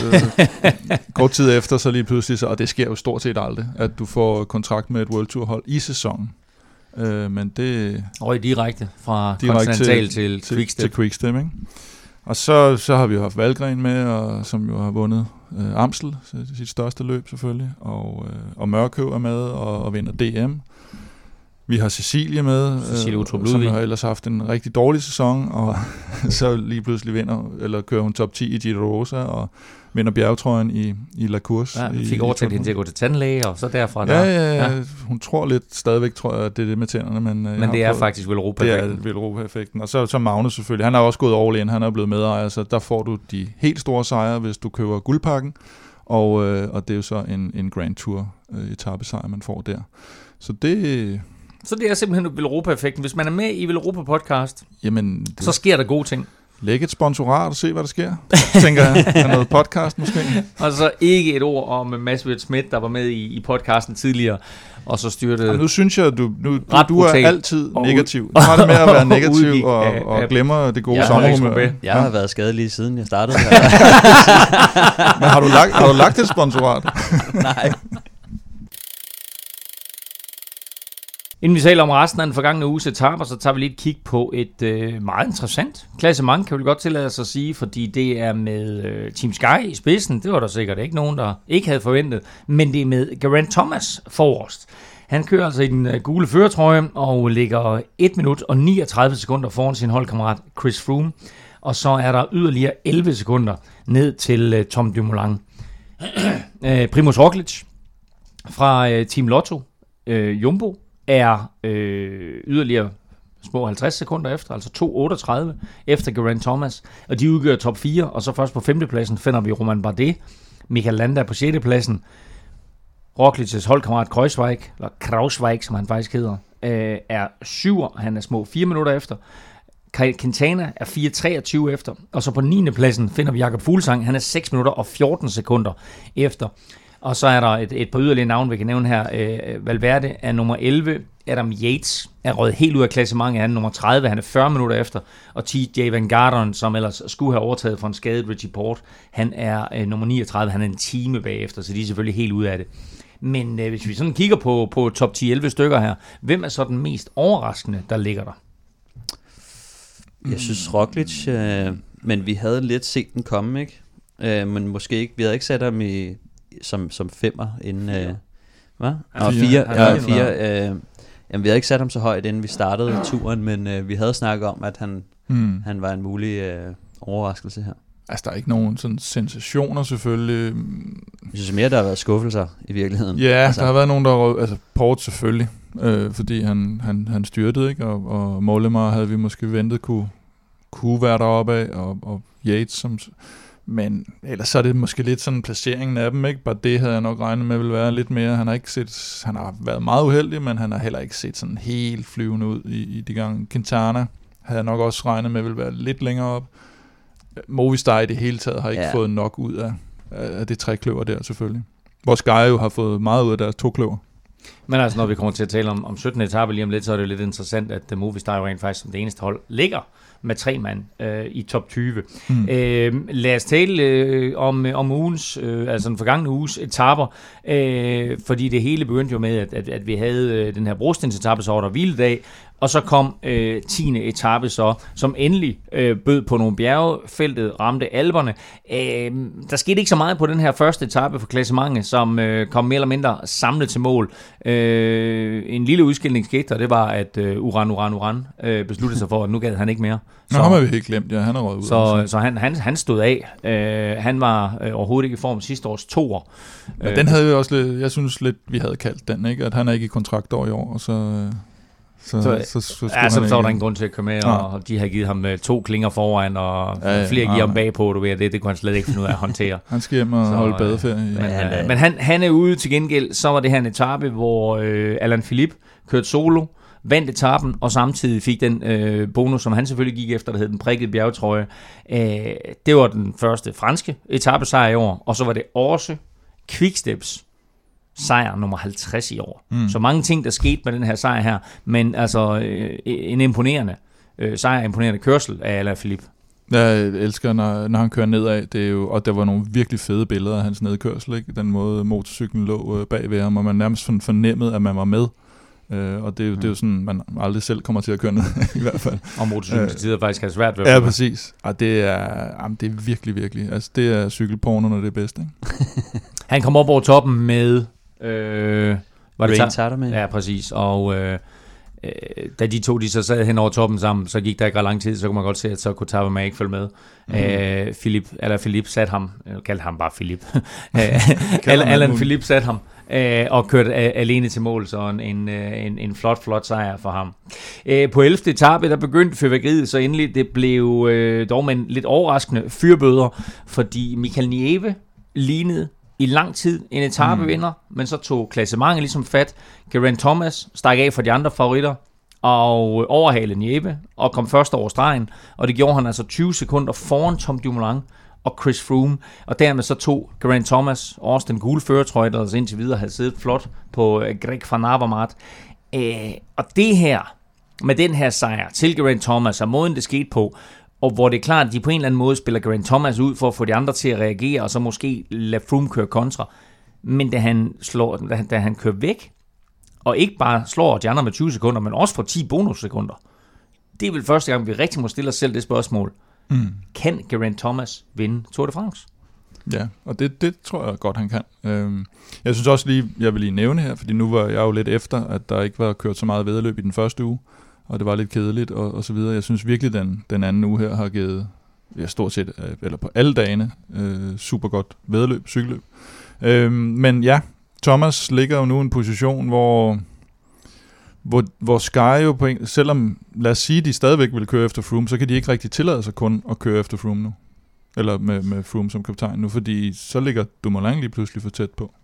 kort tid efter, så lige pludselig, og det sker jo stort set aldrig, at du får kontrakt med et World Tour hold i sæsonen. Men det... Og direkte fra Continental til Quickstep. Til Quickstep, ikke? Og så har vi jo haft Valgren med, som jo har vundet Amstel, sit største løb selvfølgelig, og Mørkøv er med og vinder DM. Vi har Cecilie med, som har ellers haft en rigtig dårlig sæson, og så lige pludselig kører hun top 10 i Giro Rosa, og vinder bjergtrøjen i La Course. Ja, vi fik overtalt hende til at gå til tandlæge, og så derfra Ja, hun tror stadigvæk, at det er det med tænderne. Men det er faktisk Velropa-effekten. Det er Velropa-effekten. Og så Magnus selvfølgelig, han har også gået all in, han er blevet medejer, så der får du de helt store sejre, hvis du køber guldpakken, og det er jo så en Grand Tour etapesejr, man får der. Så det er simpelthen Velropa-effekten. Hvis man er med i Velropa podcast, så sker der gode ting. Læg et sponsorat og se, hvad der sker, tænker jeg. Er noget podcast måske? Og så ikke et ord om Mads Wirt Schmidt, der var med i podcasten tidligere, og så styrtede... Ja, nu synes jeg, at du er altid negativ. Nu har det med at være negativ og glemmer det gode sommerhumør. Jeg har været skadelig siden jeg startede her. Men har du lagt et sponsorat? Nej. Inden vi taler om resten af den forgangne uges etaper, så tager vi lige et kig på et meget interessant klassement, kan vi godt tillade os at sige, fordi det er med Team Sky i spidsen. Det var der sikkert ikke nogen, der ikke havde forventet, men det er med Geraint Thomas forrest. Han kører altså i den gule førertrøje og ligger 1 minut og 39 sekunder foran sin holdkammerat Chris Froome. Og så er der yderligere 11 sekunder ned til Tom Dumoulin. Primož Roglič fra Team Lotto, Jumbo, er yderligere små 50 sekunder efter, altså 2.38 efter Geraint Thomas, og de udgør top 4, og så først på 5. pladsen finder vi Romain Bardet, Michael Landa på 6. pladsen, Roglič's holdkammerat Kruijswijk, eller Kruijswijk, som han faktisk hedder, er 7, han er små 4 minutter efter, Quintana er 4.23 efter, og så på 9. pladsen finder vi Jakob Fuglsang, han er 6 minutter og 14 sekunder efter. Og så er der et par yderligere navne, vi kan nævne her. Valverde er nummer 11. Adam Yates er røget helt ud af klassementet. Han er nummer 30. Han er 40 minutter efter. Og TJ Van Garderen, som ellers skulle have overtaget for en skadet Richie Porte, han er nummer 39. Han er en time bagefter, så de er selvfølgelig helt ude af det. Men hvis vi sådan kigger på top 10-11 stykker her, hvem er så den mest overraskende, der ligger der? Jeg synes Roglič, men vi havde lidt set den komme, ikke? Men måske ikke, vi havde ikke sat ham i som 5'er inden hvad? Og 4. Jamen vi havde ikke sat ham så højt inden vi startede turen, men vi havde snakket om at han var en mulig overraskelse her. Altså der er ikke nogen sådan sensationer selvfølgelig. Jeg synes mere der har været skuffelser i virkeligheden. Ja, altså, der har været nogen der altså Porte selvfølgelig, fordi han styrtede, ikke, og Mollema havde vi måske ventet kunne være deroppe af, og Yates som. Men ellers så er det måske lidt sådan placeringen af dem, ikke? Bare det havde jeg nok regnet med ville være lidt mere. Han har været meget uheldig, men han har heller ikke set sådan helt flyvende ud i de gange. Quintana havde jeg nok også regnet med ville være lidt længere op. Movistar i det hele taget har ikke fået nok ud af det trækløver der selvfølgelig. Hvor Sky jo har fået meget ud af deres 2 kløver. Men altså når vi kommer til at tale om 17. etape lige om lidt, så er det jo lidt interessant, at Movistar jo rent faktisk som det eneste hold ligger med 3 mand i top 20. Lad os tale om ugens, altså den forgangne uges etaper, fordi det hele begyndte jo med, at vi havde den her brostensetape, så var der hviledag, og så kom 10. etape så, som endelig bød på nogle bjerge. Feltet ramte Alperne. Der skete ikke så meget på den her første etape for klassementet, som kom mere eller mindre samlet til mål. En lille udskilning skete, og det var, at Uran besluttede sig for, at nu gad han ikke mere. Så har vi helt glemt, ja, han er røget ud. Så han stod af. Han var overhovedet ikke i form sidste års 2'er. Ja, den havde vi også lidt, jeg synes lidt, vi havde kaldt den, ikke? At han er ikke i kontraktår i år, og så var der ingen grund til at komme med, og de har givet ham 2 klinger foran, og flere giver ham bagpå, du ved, det kunne han slet ikke finde ud af at håndtere. Han skal hjem og holde badeferie. Men han er ude til gengæld. Så var det her en etape, hvor Alain Philippe kørte solo, vandt etappen, og samtidig fik den bonus, som han selvfølgelig gik efter, der hed den prikkede bjergetrøje. Det var den første franske etapesejr i år, og så var det også Quicksteps sejr nummer 50 i år. Så mange ting, der skete med den her sejr her, men altså en imponerende sejr, imponerende kørsel af Alain Philippe. Jeg elsker, når han kører nedad, det er jo, og der var nogle virkelig fede billeder af hans nedkørsel, ikke? Den måde motorcyklen lå bag ved ham, og man nærmest fornemmede, at man var med. Og det er jo sådan, man aldrig selv kommer til at køre ned, i hvert fald. Og motorcyklen til tider faktisk har svært ved. Ja, præcis. Og det er virkelig, virkelig. Altså, det er cykelporno, når det er bedst, ikke? Han kom op over toppen med Rain Tatterman. Ja, præcis. Og da de to de så sad hen over toppen sammen, så gik der ikke ret lang tid, så kunne man godt se, at så kunne Tatterman ikke følge med. Philippe satte ham, kaldte ham bare Philippe. Alain Philippe satte ham og kørte alene til mål, så en flot sejr for ham. På 11. etape, der begyndte fyrværkeriet så endelig. Det blev dog med en lidt overraskende fyrbøder, fordi Michael Nieve lignede i lang tid en etapevinder, men så tog klassementet ligesom fat. Geraint Thomas stak af for de andre favoritter og overhalede Nieve og kom først over stregen, og det gjorde han altså 20 sekunder foran Tom Dumoulin og Chris Froome, og dermed så tog Geraint Thomas også den gule førertrøje, der altså indtil videre havde siddet flot på Greg van Avermaet. Og det her, med den her sejr til Geraint Thomas, og måden det skete på, og hvor det er klart, at de på en eller anden måde spiller Geraint Thomas ud for at få de andre til at reagere, og så måske lade Froome køre kontra. Men da han kører væk, og ikke bare slår de andre med 20 sekunder, men også får 10 bonussekunder. Det er vel første gang, vi rigtig må stille os selv det spørgsmål. Kan Geraint Thomas vinde Tour de France? Ja, og det tror jeg godt, han kan. Jeg synes også lige, jeg vil lige nævne her, fordi nu var jeg jo lidt efter, at der ikke var kørt så meget væddeløb i den første uge, og det var lidt kedeligt og så videre. Jeg synes virkelig, den anden uge her har givet, stort set, eller på alle dagene, super godt væddeløb, cykelløb. Men ja, Thomas ligger jo nu i en position, hvor Sky jo på selvom, lad os sige, de stadigvæk vil køre efter Froome, så kan de ikke rigtig tillade sig kun at køre efter Froome nu. Eller med Froome som kaptajn nu, fordi så ligger Dumoulin lige pludselig for tæt på.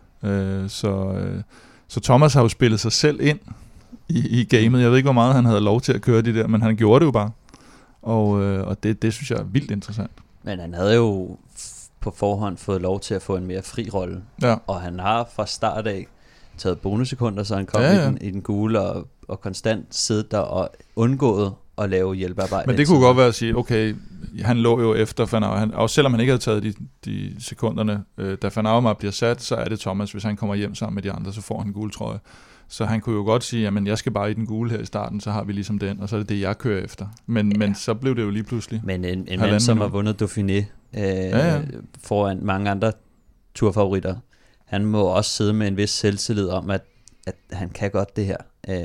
Så Thomas har jo spillet sig selv ind i gamet. Jeg ved ikke, hvor meget han havde lov til at køre de der, men han gjorde det jo bare. Og det synes jeg er vildt interessant. Men han havde jo på forhånd fået lov til at få en mere fri rolle. Ja. Og han har fra start af taget bonussekunder, så han kom i den gule og konstant siddet der og undgået at lave hjælpearbejde. Men det kunne godt være at sige, okay, han lå jo efter Van Aert, og selvom han ikke havde taget de sekunderne, da Van Aert bliver sat, så er det Thomas, hvis han kommer hjem sammen med de andre, så får han en gul trøje. Så han kunne jo godt sige, jamen jeg skal bare i den gule her i starten, så har vi ligesom den, og så er det det, jeg kører efter. Men så blev det jo lige pludselig. Men en mand, som har vundet Dauphiné foran mange andre turfavoritter, han må også sidde med en vis selvtillid om, at han kan godt det her.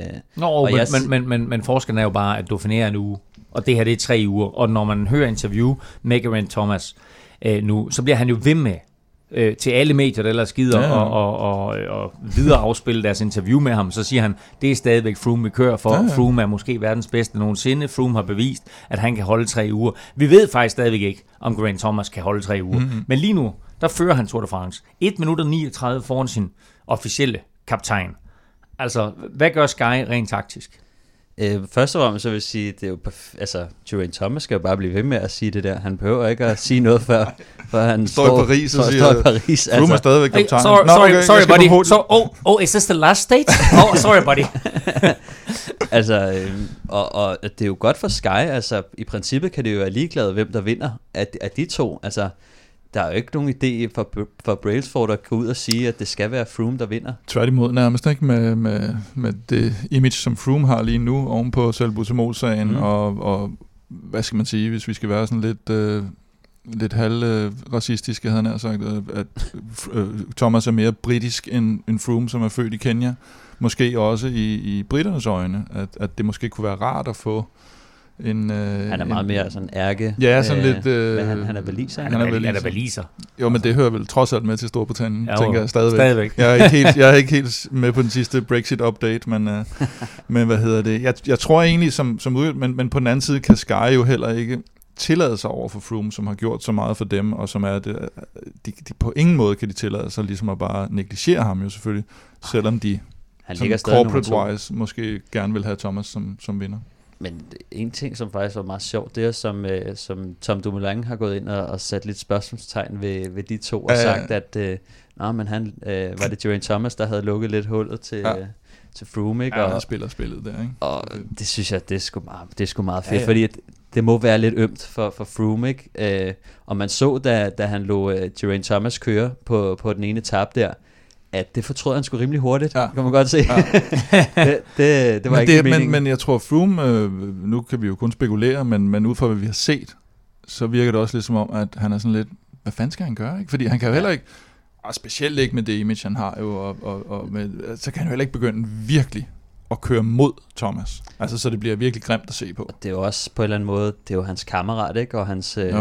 Men forskellen er jo bare, at Dauphiné er en uge, og det her det er 3 uger, og når man hører interview med Geraint Thomas nu, så bliver han jo ved med til alle medier, der ellers gider og videre afspille deres interview med ham, så siger han, det er stadigvæk Froome, vi kører for. Froome er måske verdens bedste nogensinde. Froome har bevist, at han kan holde 3 uger. Vi ved faktisk stadigvæk ikke, om Geraint Thomas kan holde 3 uger. Men lige nu, der fører han Tour de France. 1 minut og 39 foran sin officielle kaptajn. Altså, hvad gør Sky rent taktisk? Først og fremmest så vil jeg sige, det er jo Geraint Thomas skal jo bare blive ved med at sige det der. Han behøver ikke at sige noget før han står i Paris og siger, står i Paris. Froome er stadigvæk kaptajn. Sorry buddy. Is this the last stage? Sorry buddy. Og det er jo godt for Sky. Altså, i princippet kan det jo være ligeglade, hvem der vinder af de to. Altså, der er jo ikke nogen idé for Brailsford at gå ud og sige, at det skal være Froome, der vinder. Tværtimod nærmest ikke med det image, som Froome har lige nu, oven på Salbutamol-sagen, og hvad skal man sige, hvis vi skal være sådan lidt halv-racistiske, havde han sagt, at Thomas er mere britisk end Froome, som er født i Kenya. Måske også i britternes øjne, at det måske kunne være rart at få han er meget mere sådan ærke. Ja, sådan lidt. Han er waliser. Han er waliser. Jo, men det hører vel trods alt med til Storbritannien, tænker jeg stadigvæk. Jeg er ikke helt med på den sidste Brexit-update, men hvad hedder det? Jeg tror egentlig, men på den anden side kan Sky jo heller ikke tillade sig over for Froome, som har gjort så meget for dem, og som er det. De på ingen måde kan de tillade sig ligesom at bare negligere ham jo selvfølgelig, selvom de corporate-wise måske gerne vil have Thomas som vinder. Men en ting, som faktisk var meget sjovt, det er, som Tom Dumoulin har gået ind og sat lidt spørgsmålstegn ved de to, og sagt, at var det Geraint Thomas, der havde lukket lidt hullet til Froome, ikke? Og han spiller spillet der, ikke? Og det synes jeg, det er sgu meget fedt, fordi det må være lidt ømt for Froome, ikke? Og man så, da han lod Geraint Thomas køre på den ene etape der, at det fortrød han sgu rimelig hurtigt, kan man godt se. Ja. det var ikke meningen. Men jeg tror Froome, nu kan vi jo kun spekulere, men ud fra hvad vi har set, så virker det også lidt som om, at han er sådan lidt, hvad fanden skal han gøre? Ikke? Fordi han kan jo heller ikke, og specielt ikke med det image, han har jo, så kan han jo heller ikke begynde virkelig at køre mod Thomas. Altså, så det bliver virkelig grimt at se på. Og det er jo også på en eller anden måde, det er jo hans kammerat, ikke? Og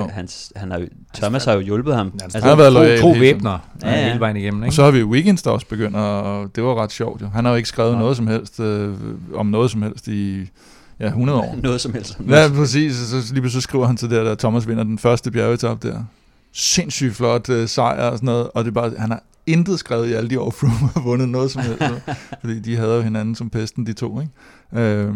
Thomas har jo hjulpet ham. Han har været loyal. To væbner hele vejen igennem, ikke? Og så har vi Wiggins, der også begynder, og det var ret sjovt jo. Han har jo ikke skrevet noget som helst om noget som helst i 100 år. Noget som helst. Ja, præcis. Så lige så skriver han til der Thomas vinder den første bjergetap der. Sindssygt flot sejr og sådan noget, og det er bare, han har intet skrevet i alle de år, Froome har vundet noget som helst, fordi de havde jo hinanden som pesten, de to, ikke?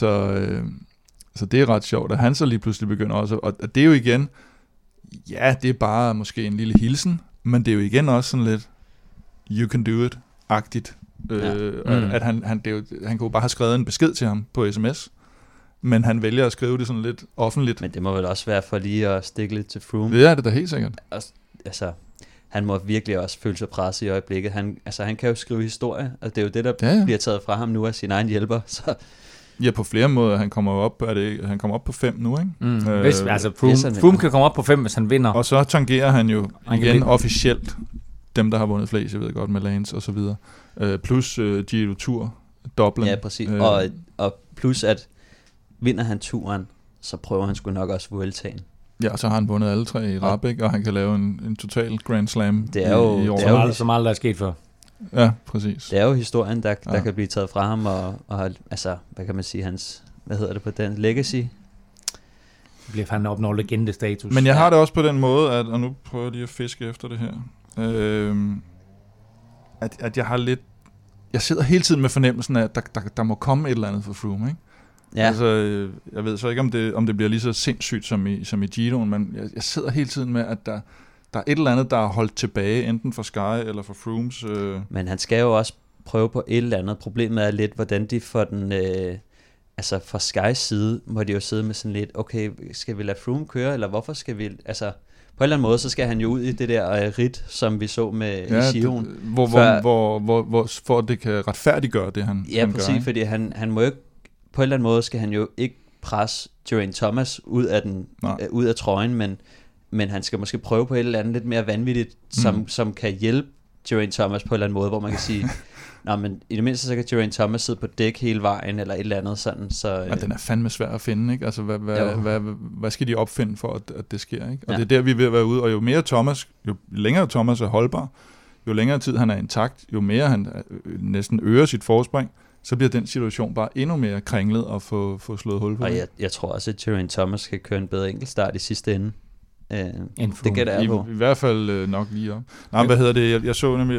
Så det er ret sjovt, at han så lige pludselig begynder også, og det er jo igen, ja, det er bare måske en lille hilsen, men det er jo igen også sådan lidt, you can do it-agtigt, at han kunne jo bare have skrevet en besked til ham på sms, men han vælger at skrive det sådan lidt offentligt. Men det må vel også være for lige at stikke lidt til Froome. Det er det da helt sikkert. Altså, han må virkelig også føle sig presset i øjeblikket. Han kan jo skrive historie, og det er jo det, der bliver taget fra ham nu af sin egen hjælper. Så. Ja, på flere måder. Han kommer op på 5 nu, ikke? Froome kan komme op på 5, hvis han vinder. Og så tangerer han jo igen officielt dem, der har vundet flest, jeg ved godt, med Lance og så videre. Plus Giro Tour, Dublin. Ja, præcis. Og plus at vinder han turen, så prøver han sgu nok også Vueltaen. Ja, så har han vundet alle 3 i rap, ikke? Og han kan lave en total Grand Slam. Det er jo, i år. Det er jo som aldrig der er sket før. Ja, præcis. Det er jo historien, der kan blive taget fra ham, og altså, hvad kan man sige, hans, hvad hedder det på den, legacy? Det bliver fandme opnår legendestatus. Men jeg har det også på den måde, og nu prøver jeg lige at fiske efter det her, at jeg har lidt, jeg sidder hele tiden med fornemmelsen af, at der må komme et eller andet for Froome, ikke? Ja. Altså, jeg ved så ikke, om det bliver lige så sindssygt som i Giroen, men jeg sidder hele tiden med, at der er et eller andet, der er holdt tilbage, enten for Sky eller for Froomes. Men han skal jo også prøve på et eller andet. Problemet er lidt, hvordan de får den... altså fra Skys side må de jo sidde med sådan lidt, okay, skal vi lade Froome køre, eller hvorfor skal vi... Altså, på en eller anden måde, så skal han jo ud i det der rit, som vi så med i Giroen. Hvor for det kan retfærdiggøre det, han ja, præcis, gør, fordi han må jo ikke... På en eller anden måde skal han jo ikke presse Geraint Thomas ud af trøjen, men han skal måske prøve på et eller andet lidt mere vanvittigt, som kan hjælpe Geraint Thomas på en eller anden måde, hvor man kan sige, nå, men i det mindste så kan Geraint Thomas sidde på dæk hele vejen, eller et eller andet sådan. Så, og den er fandme svær at finde, ikke? Altså, hvad skal de opfinde for, at det sker, ikke? Og det er der, vi er ved at være ude, og jo længere Thomas er holdbar, jo længere tid han er intakt, jo mere han næsten øger sit forspring, så bliver den situation bare endnu mere kringlet og få slået hul på. Og jeg tror også, at Geraint Thomas kan køre en bedre enkeltstart i sidste ende. Det gætter jeg på. I hvert fald nok lige op. Nej, hvad hedder det? Jeg så nemlig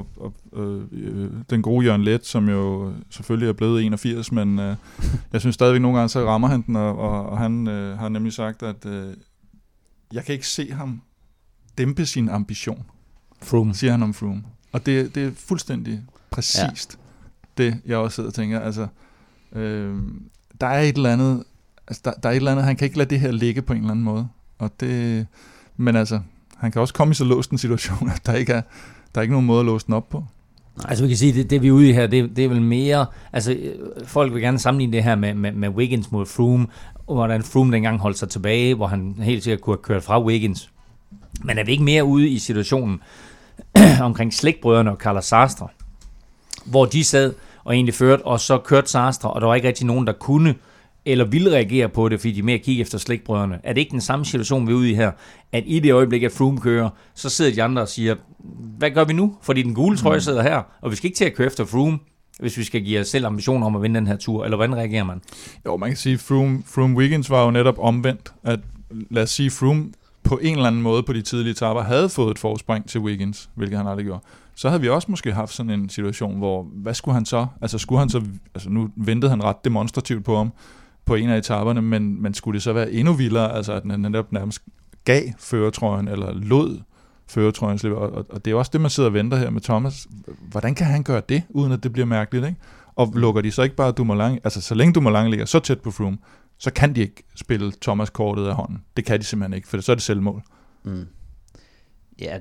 den gode Jørgen Leth, som jo selvfølgelig er blevet 81, men jeg synes stadigvæk nogle gange, så rammer han den, og han har nemlig sagt, at jeg kan ikke se ham dæmpe sin ambition. Froome. Siger han om Froome. Og det er fuldstændig præcist det, jeg også sidder og tænker. Altså, der er et eller andet, der er et eller andet, han kan ikke lade det her ligge på en eller anden måde. Og det, men altså, han kan også komme i så låst en situation, at der ikke er nogen måde at låse den op på. Altså vi kan sige, det vi er ude i her, det er vel mere, altså folk vil gerne sammenligne det her med Wiggins mod Froome, og hvordan Froome dengang holdt sig tilbage, hvor han helt sikkert kunne have kørt fra Wiggins. Men er vi ikke mere ude i situationen omkring slægtbrødrene og Carlos Sastre, hvor de sad og egentlig førte, og så kørte Sastre, og der var ikke rigtig nogen, der kunne eller ville reagere på det, fordi de mere kigge efter slægtbrødrene. Er det ikke den samme situation, vi er ude i her? At i det øjeblik, at Froome kører, så sidder de andre og siger, hvad gør vi nu? Fordi den gule trøje sidder her, og vi skal ikke til at køre efter Froome, hvis vi skal give os selv ambitioner om at vinde den her tur, eller hvordan reagerer man? Jo, man kan sige, Froome Wiggins var jo netop omvendt, at lad os sige, Froome på en eller anden måde på de tidlige etaper havde fået et forspring til Wiggins, hvilket han aldrig gjorde. Så havde vi også måske haft sådan en situation, hvor, hvad skulle han så? Altså nu ventede han ret demonstrativt på ham, på en af etaperne, men skulle det så være endnu vildere, altså at han netop nærmest gav førertrøjen, eller lod førertrøjen slippe, og det er også det, man sidder og venter her med Thomas. Hvordan kan han gøre det, uden at det bliver mærkeligt, ikke? Og lukker de så ikke bare Dumoulin, altså så længe Dumoulin ligger så tæt på Froome, så kan de ikke spille Thomas-kortet af hånden. Det kan de simpelthen ikke, for så er det selvmål. Mm. Ja,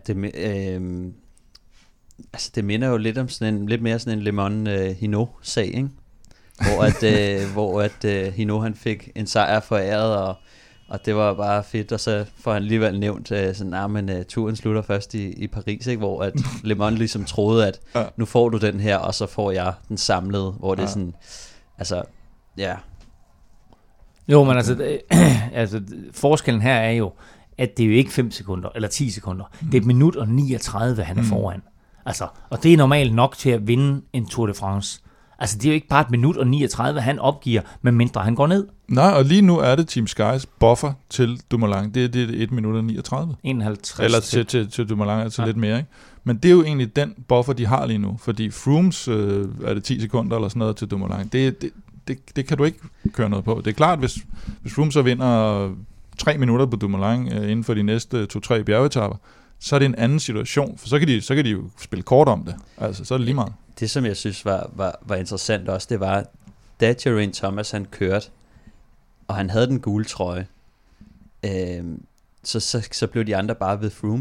det minder jo lidt om lidt mere sådan en Le Mans Hinault-sag, ikke? Hvor at Hinault han fik en sejr foræret, og det var bare fedt, og så får han alligevel nævnt men turen slutter først i Paris, ikke? Hvor at Le Mans ligesom troede, at nu får du den her, og så får jeg den samlede, hvor det er sådan, altså, ja. Jo, men altså forskellen her er jo, at det er jo ikke 5 sekunder, eller 10 sekunder. Det er 1 minut og 39, han er foran. Altså, og det er normalt nok til at vinde en Tour de France. Altså, det er jo ikke bare 1 minut og 39, han opgiver, medmindre han går ned. Nej, og lige nu er det Team Skys buffer til Dumoulin. Det er 1 minut og 39. 51. Eller til Dumoulin, altså lidt mere, ikke? Men det er jo egentlig den buffer, de har lige nu. Fordi Froomes er det 10 sekunder eller sådan noget til Dumoulin. Det kan du ikke køre noget på. Det er klart, hvis Froome så vinder 3 minutter på Dumoulin inden for de næste 2-3 bjergetapper, så er det en anden situation, for så kan de jo spille kort om det. Altså, så er det lige meget. Det, som jeg synes var interessant også, det var, da Geraint Thomas han kørte, og han havde den gule trøje, så blev de andre bare ved Froome.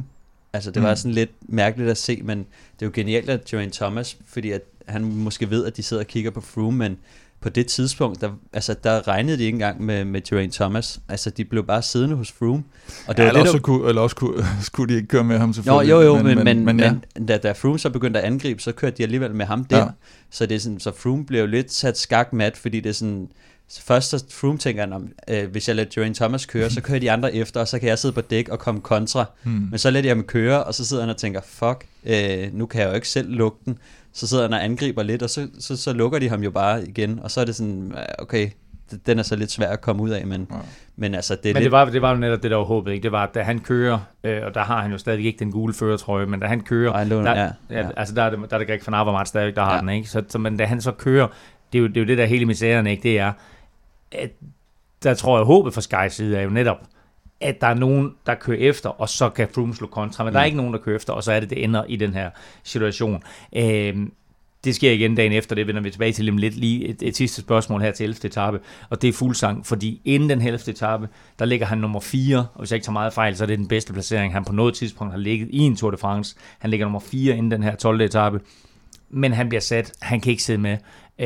Altså, det var sådan lidt mærkeligt at se, men det er jo genialt af Geraint Thomas, fordi at han måske ved, at de sidder og kigger på Froome, men på det tidspunkt, der regnede de ikke engang med Geraint Thomas. Altså, de blev bare siddende hos Froome. Og det var eller også skulle de ikke køre med ham selvfølgelig. Jo, men da Froome så begyndte at angribe, så kørte de alligevel med ham der. Ja. Så det er sådan, så Froome blev jo lidt sat skakmat, fordi det er sådan, først så Froome tænker han, hvis jeg lader Geraint Thomas køre, så kører de andre efter, og så kan jeg sidde på dæk og komme kontra. Men så lader jeg ham køre, og så sidder han og tænker, fuck, nu kan jeg jo ikke selv lukke den. Så sidder han og angriber lidt, og så lukker de ham jo bare igen, og så er det sådan, okay, den er så lidt svær at komme ud af, men altså det er lidt... det var jo netop det, der var håbet, ikke? Det var, da han kører, og der har han jo stadig ikke den gule førertrøje, men da han kører, altså der er det Greg van Avermaet stadig, der har den, ikke? Så men da han så kører, det er jo det der hele misæren, ikke? Det er, at der tror jeg, håbet fra Sky's side er jo netop, at der er nogen, der kører efter, og så kan Froome slå kontra, men der er ikke nogen, der kører efter, og så er det ender i den her situation. Det sker igen dagen efter, det vender vi tilbage til lidt lige et sidste spørgsmål her til 11. etape, og det er Fuglsang, fordi inden den 11. etape, der ligger han nummer 4, og hvis jeg ikke tager meget fejl, så er det den bedste placering, han på noget tidspunkt har ligget i en Tour de France. Han ligger nummer 4 inden den her 12. etape, men han bliver sat, han kan ikke sidde med.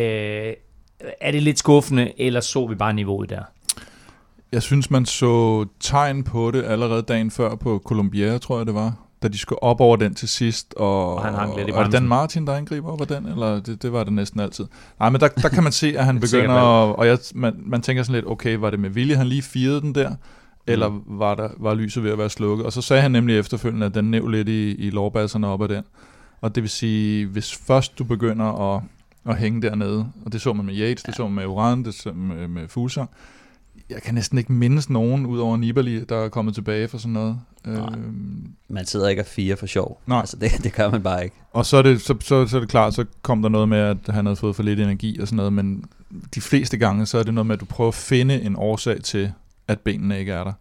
Er det lidt skuffende, eller så vi bare niveauet der? Jeg synes, man så tegn på det allerede dagen før på Colombière, tror jeg det var, da de skulle op over den til sidst, og han hang lidt i bremsen. Og Dan Martin, der angriber over den, eller det var det næsten altid. Nej, men der kan man se, at han begynder, og man tænker sådan lidt, okay, var det med vilje, han lige firede den der, eller var lyset ved at være slukket? Og så sagde han nemlig efterfølgende, at den næv lidt i lårbasserne op ad den. Og det vil sige, hvis først du begynder at hænge dernede, og det så man med Yates, det så man med Uran, det så man med Fuglsang. Jeg kan næsten ikke mindes nogen, udover Nibali, der er kommet tilbage for sådan noget. Man sidder ikke og fire for sjov. Nej. Altså det gør man bare ikke. Og så er det klart, så kom der noget med, at han havde fået for lidt energi og sådan noget, men de fleste gange, så er det noget med, at du prøver at finde en årsag til, at benene ikke er der.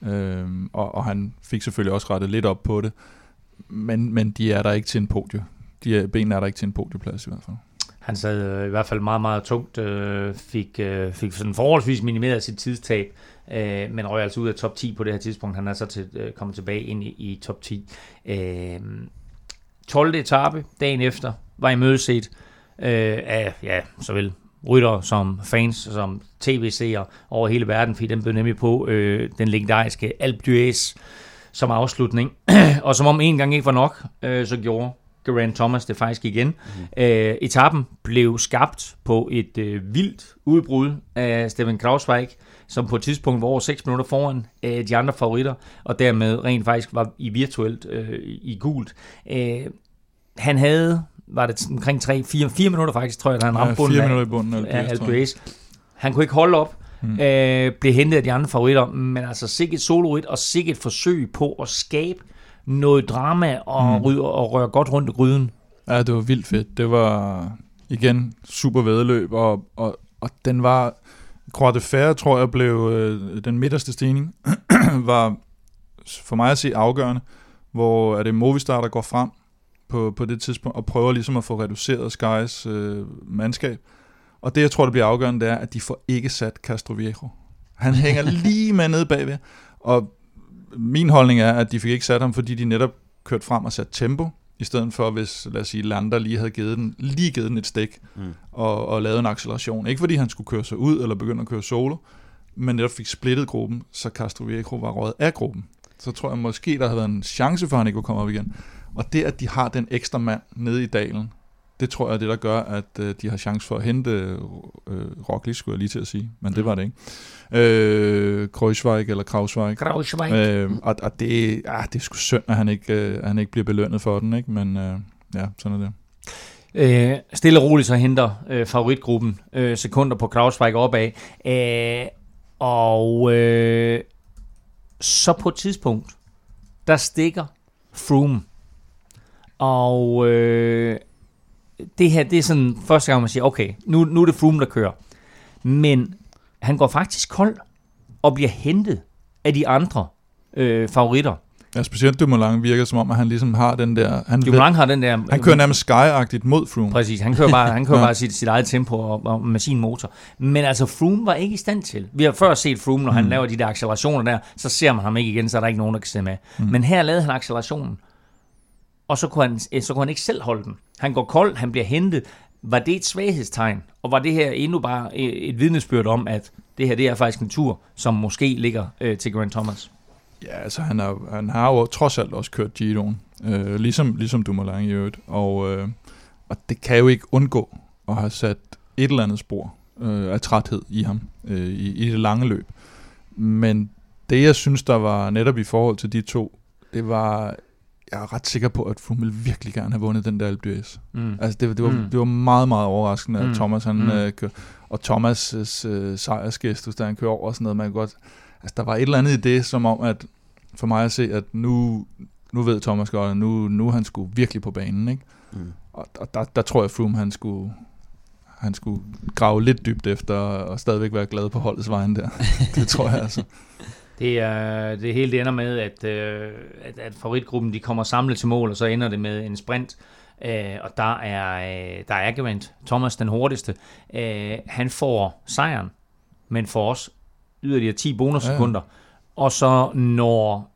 Og han fik selvfølgelig også rettet lidt op på det, men de er der ikke til en podie. Benene er der ikke til en podieplads i hvert fald. Han sad i hvert fald meget, meget tungt, fik sådan forholdsvis minimeret sit tidstab, men røg altså ud af top 10 på det her tidspunkt. Han er så kommet tilbage ind i top 10. 12. etape, dagen efter, var imødeset af såvel rytter som fans, som tv-seere over hele verden, fordi den blev nemlig på den legendariske Alpe d'Huez som afslutning. Og som om en gang ikke var nok, så gjorde Geraint Thomas det faktisk igen. Etappen blev skabt på et vildt udbrud af Steven Kruijswijk, som på et tidspunkt var over 6 minutter foran de andre favoritter, og dermed rent faktisk var i virtuelt i gult. Han havde, var det omkring 4 minutter faktisk, tror jeg, da han ramte bunden 4 minutter i bunden af Alpe d'Huez. Han kunne ikke holde op, blev hentet af de andre favoritter, men altså sikkert solorit og sikkert forsøg på at skabe noget drama og røre godt rundt i gryden. Ja, det var vildt fedt. Det var igen super væddeløb, og den var Croix de Fer, tror jeg, blev den midterste stigning, var for mig at se afgørende, hvor er det Movistar, der går frem på det tidspunkt, og prøver ligesom at få reduceret Skys mandskab. Og det, jeg tror, der bliver afgørende, det er, at de får ikke sat Castroviejo. Han hænger lige med nede bagved, og min holdning er, at de fik ikke sat ham, fordi de netop kørte frem og satte tempo, i stedet for, hvis, lad os sige, Lander lige havde givet den et stik og lavet en acceleration. Ikke fordi han skulle køre sig ud eller begynde at køre solo, men netop fik splittet gruppen, så Castroviejo var røget af gruppen. Så tror jeg måske, der havde været en chance for, at han ikke kunne komme op igen. Og det, at de har den ekstra mand nede i dalen, det tror jeg er det, der gør, at de har chance for at hente Roglic, skulle jeg lige til at sige, men det var det ikke. Kruijswijk. Og det er sgu synd, at han ikke bliver belønnet for den, ikke? Men ja, sådan er det. Stille og roligt så henter favoritgruppen sekunder på Kruijswijk opad, og så på et tidspunkt, der stikker Froome, og det her, det er sådan første gang, man siger, okay, nu er det Froome, der kører. Men han går faktisk kold og bliver hentet af de andre favoritter. Ja, specielt Dumoulin virker som om, at han ligesom har den der... Han kører nærmest Sky-agtigt mod Froome. Præcis, han kører bare sit eget tempo og med sin motor. Men altså, Froome var ikke i stand til. Vi har før set Froome, når han laver de der accelerationer der, så ser man ham ikke igen, så er der ikke nogen, der kan se med. Men her lavede han accelerationen, og så kunne han ikke selv holde den. Han går kold, han bliver hentet. Var det et svaghedstegn? Og var det her endnu bare et vidnesbyrd om, at det her det er faktisk en tur, som måske ligger til Geraint Thomas? Ja, altså han har jo trods alt også kørt Giroen, ligesom Dumoulin i øvrigt, og det kan jo ikke undgå at have sat et eller andet spor af træthed i ham i det lange løb. Men det, jeg synes, der var netop i forhold til de to, det var, jeg er ret sikker på, at Froome ville virkelig gerne have vundet den der Alpe d'Huez. Altså det var meget, meget overraskende, at Thomas kører, og Thomas' sejrsgestus, da han kører over og sådan noget, man kan godt, altså der var et eller andet i det, som om, at for mig at se, at nu ved Thomas godt, at nu er han sgu virkelig på banen, ikke? Og der tror jeg, Froome, han skulle grave lidt dybt efter, og stadigvæk være glad på holdets vejen der. Det tror jeg altså. Det hele ender med, at favoritgruppen de kommer samlet til mål, og så ender det med en sprint. Og der er Geraint Thomas den hurtigste. Han får sejren, men får også yderligere 10 bonussekunder. Ja. Og så når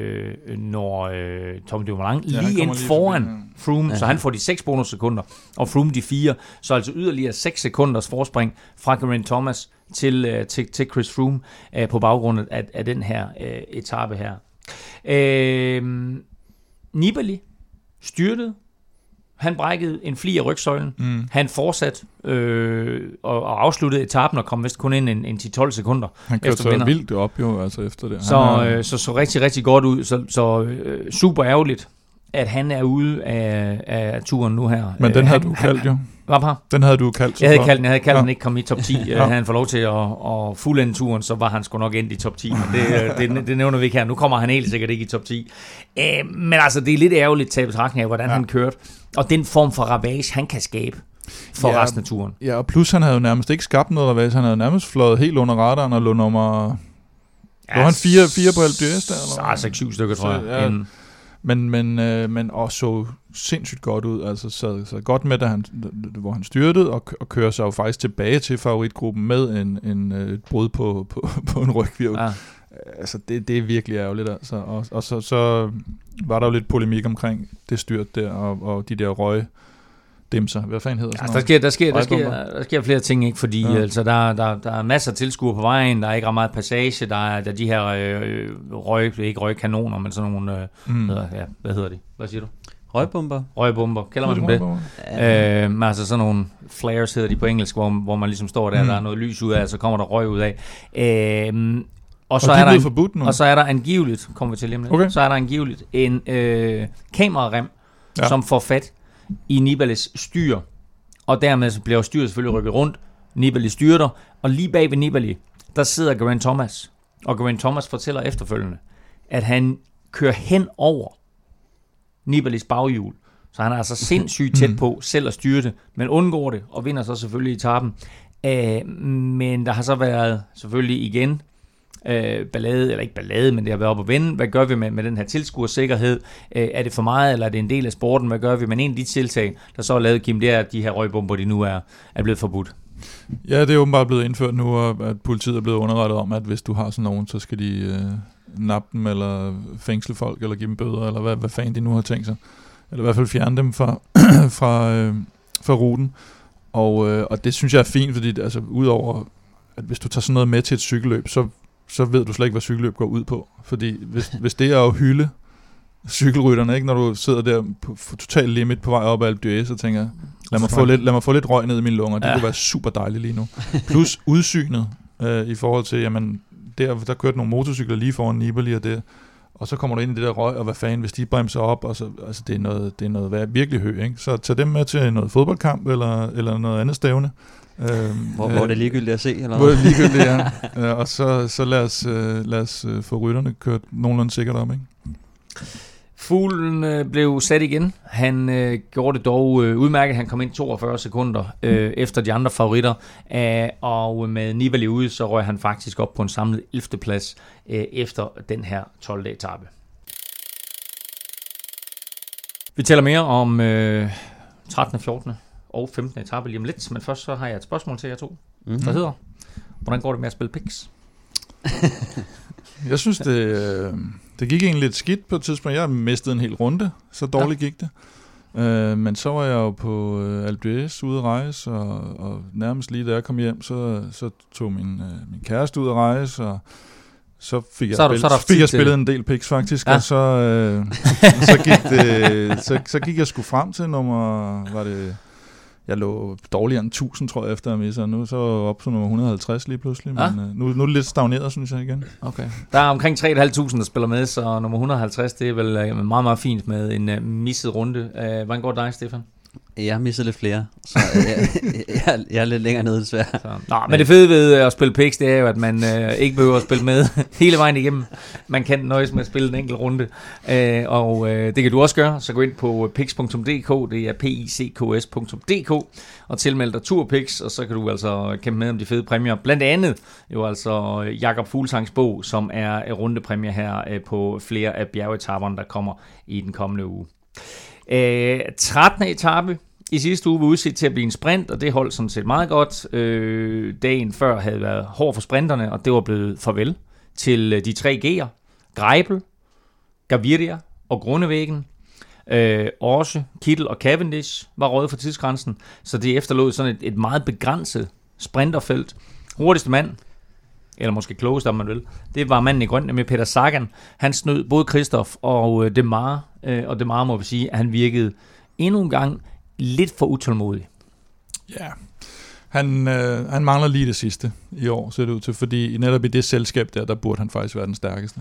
Tom Dumoulin lige ind foran Froome, så han får de 6 bonussekunder, og Froome de 4, så altså yderligere 6 sekunders forspring fra Geraint Thomas til Chris Froome på baggrund af den her etape her. Nibali styrtede. Han brækkede en fli af rygsøjlen. Han fortsatte og afsluttede etappen og kom vist kun ind en 10-12 sekunder. Han kørte så vildt op jo, altså efter det. Så rigtig, rigtig godt ud. Så super ærgerligt, at han er ude af turen nu her. Men den havde du kaldt jo. Den havde du kaldt. Jeg havde kaldt den ikke kom i top 10. Havde han fået lov til at fuldende turen, så var han sgu nok endt i top 10. Men det nævner vi ikke her. Nu kommer han helt sikkert ikke i top 10. Men altså, det er lidt ærgerligt til betragtning af, hvordan han kørte. Og den form for ravage, han kan skabe for resten af turen. Ja, og plus han havde jo nærmest ikke skabt noget ravage. Han havde nærmest fløjet helt under radaren og lå nummer... Lå han 4 på Alpe d'Huez der? Så 6-7 stykker, tror jeg. Ja. Men også så sindssygt godt ud, altså så godt med, hvor han styrtede, og kører sig jo faktisk tilbage til favoritgruppen med et brud på en rygvirvel. Ja. Altså det er virkelig ærgerligt, altså. Og så var der jo lidt polemik omkring det styrt der, og de der røgdimser. Hvad fanden hedder sådan noget? Der sker flere ting, ikke? Fordi altså, der er masser af tilskuere på vejen, der er ikke ret meget passage, der er de her ikke røgkanoner, men sådan nogle, hvad hedder de? Hvad siger du? Røgbomber, kalder man det? Altså sådan nogle flares hedder de på engelsk, hvor man ligesom står der er noget lys ud af, så kommer der røg ud af. Og så er der angiveligt, kommer vi til lige om lidt, så er der angiveligt en kamerarem, som får fat i Nibalis styr, og dermed så bliver styret selvfølgelig rykket rundt. Nibali styrter, og lige bag ved Nibali, der sidder Geraint Thomas, og Geraint Thomas fortæller efterfølgende, at han kører hen over Nibalis baghjul, så han er altså sindssygt tæt på selv at styrte, men undgår det, og vinder så selvfølgelig etapen. Men der har så været selvfølgelig igen ballade, eller ikke ballade, men det har været op at vende. Hvad gør vi med den her tilskuersikkerhed? Er det for meget, eller er det en del af sporten? Hvad gør vi? Men en af de tiltag, der så er lavet, Kim, det er, at de her røgbomber, de nu er blevet forbudt. Ja, det er åbenbart blevet indført nu, og at politiet er blevet underrettet om, at hvis du har sådan nogen, så skal de nappe dem, eller fængsle folk, eller give dem bøder, eller hvad fanden de nu har tænkt sig. Eller i hvert fald fjerne dem fra ruten. Og det synes jeg er fint, fordi altså, udover at hvis du tager sådan noget med til et cykelløb, så ved du slet ikke, hvad cykelløb går ud på. Fordi hvis det er at hylde cykelrytterne, ikke, når du sidder der på total limit på vej op af Alpe d'Huez, så tænker jeg, lad mig få lidt røg ned i mine lunger. Det kunne være super dejligt lige nu. Plus udsynet i forhold til, jamen, der kørte nogle motorcykler lige foran Nibali, og så kommer du ind i det der røg, og hvad fanden, hvis de bremser op, og så, altså det er noget virkelig højt, ikke? Så tag dem med til noget fodboldkamp, eller noget andet stævne. Hvor det er ligegyldigt at se, eller hvor det er ligegyldigt, ja. Og så lad os få rytterne kørt nogenlunde sikkert om, ikke? Fuglen blev sat igen. Han gjorde det dog udmærket. Han kom ind 42 sekunder efter de andre favoritter. Og med Nibali ude, så røg han faktisk op på en samlet 11. plads efter den her 12. etape. Vi taler mere om 13., 14. og 15. etape lige om lidt. Men først så har jeg et spørgsmål til jer to. Der hedder, hvordan går det med at spille picks? Jeg synes, det Det gik egentlig lidt skidt på et tidspunkt. Jeg mistede en hel runde, så dårligt gik det. Men så var jeg jo på Alpe d'Huez ude at rejse, og nærmest lige da jeg kom hjem, så tog min kæreste ud at rejse, og så fik jeg spillet en del picks faktisk, og så gik jeg sgu frem til jeg lå dårligere end 1000, tror jeg, efter at misse, og nu så op på nummer 150 lige pludselig, men nu er det lidt stagneret, synes jeg igen. Okay. Der er omkring 3.500, der spiller med, så nummer 150, det er vel meget, meget fint med en misset runde. Hvordan går det dig, Stefan? Jeg har misset lidt flere, så jeg er lidt længere nede desværre. Nå, men det fede ved at spille picks, det er jo, at man ikke behøver at spille med hele vejen igennem. Man kan nøjes med at spille en enkelt runde, og det kan du også gøre. Så gå ind på picks.dk, det er picks.dk, og tilmeld dig turpicks, og så kan du altså kæmpe med om de fede præmier. Blandt andet jo altså Jakob Fuglsangs bog, som er rundepræmier her på flere af bjergetaperne, der kommer i den kommende uge. 13. etape i sidste uge var udset til at blive en sprint, og det holdt sådan set meget godt. Dagen før havde været hård for sprinterne, og det var blevet farvel til de 3 G'er. Greipel, Gaviria og Groenewegen. Også Kittel og Cavendish var røget for tidsgrænsen, så det efterlod sådan et meget begrænset sprinterfelt. Hurtigste mand, eller måske klogest, om man vil, det var manden i grøn med Peter Sagan. Han snød både Kristoff og Demare, og Demare må vi sige, at han virkede endnu en gang lidt for utålmodig. Ja, han mangler lige det sidste i år, ser det ud til, fordi netop i det selskab der burde han faktisk være den stærkeste.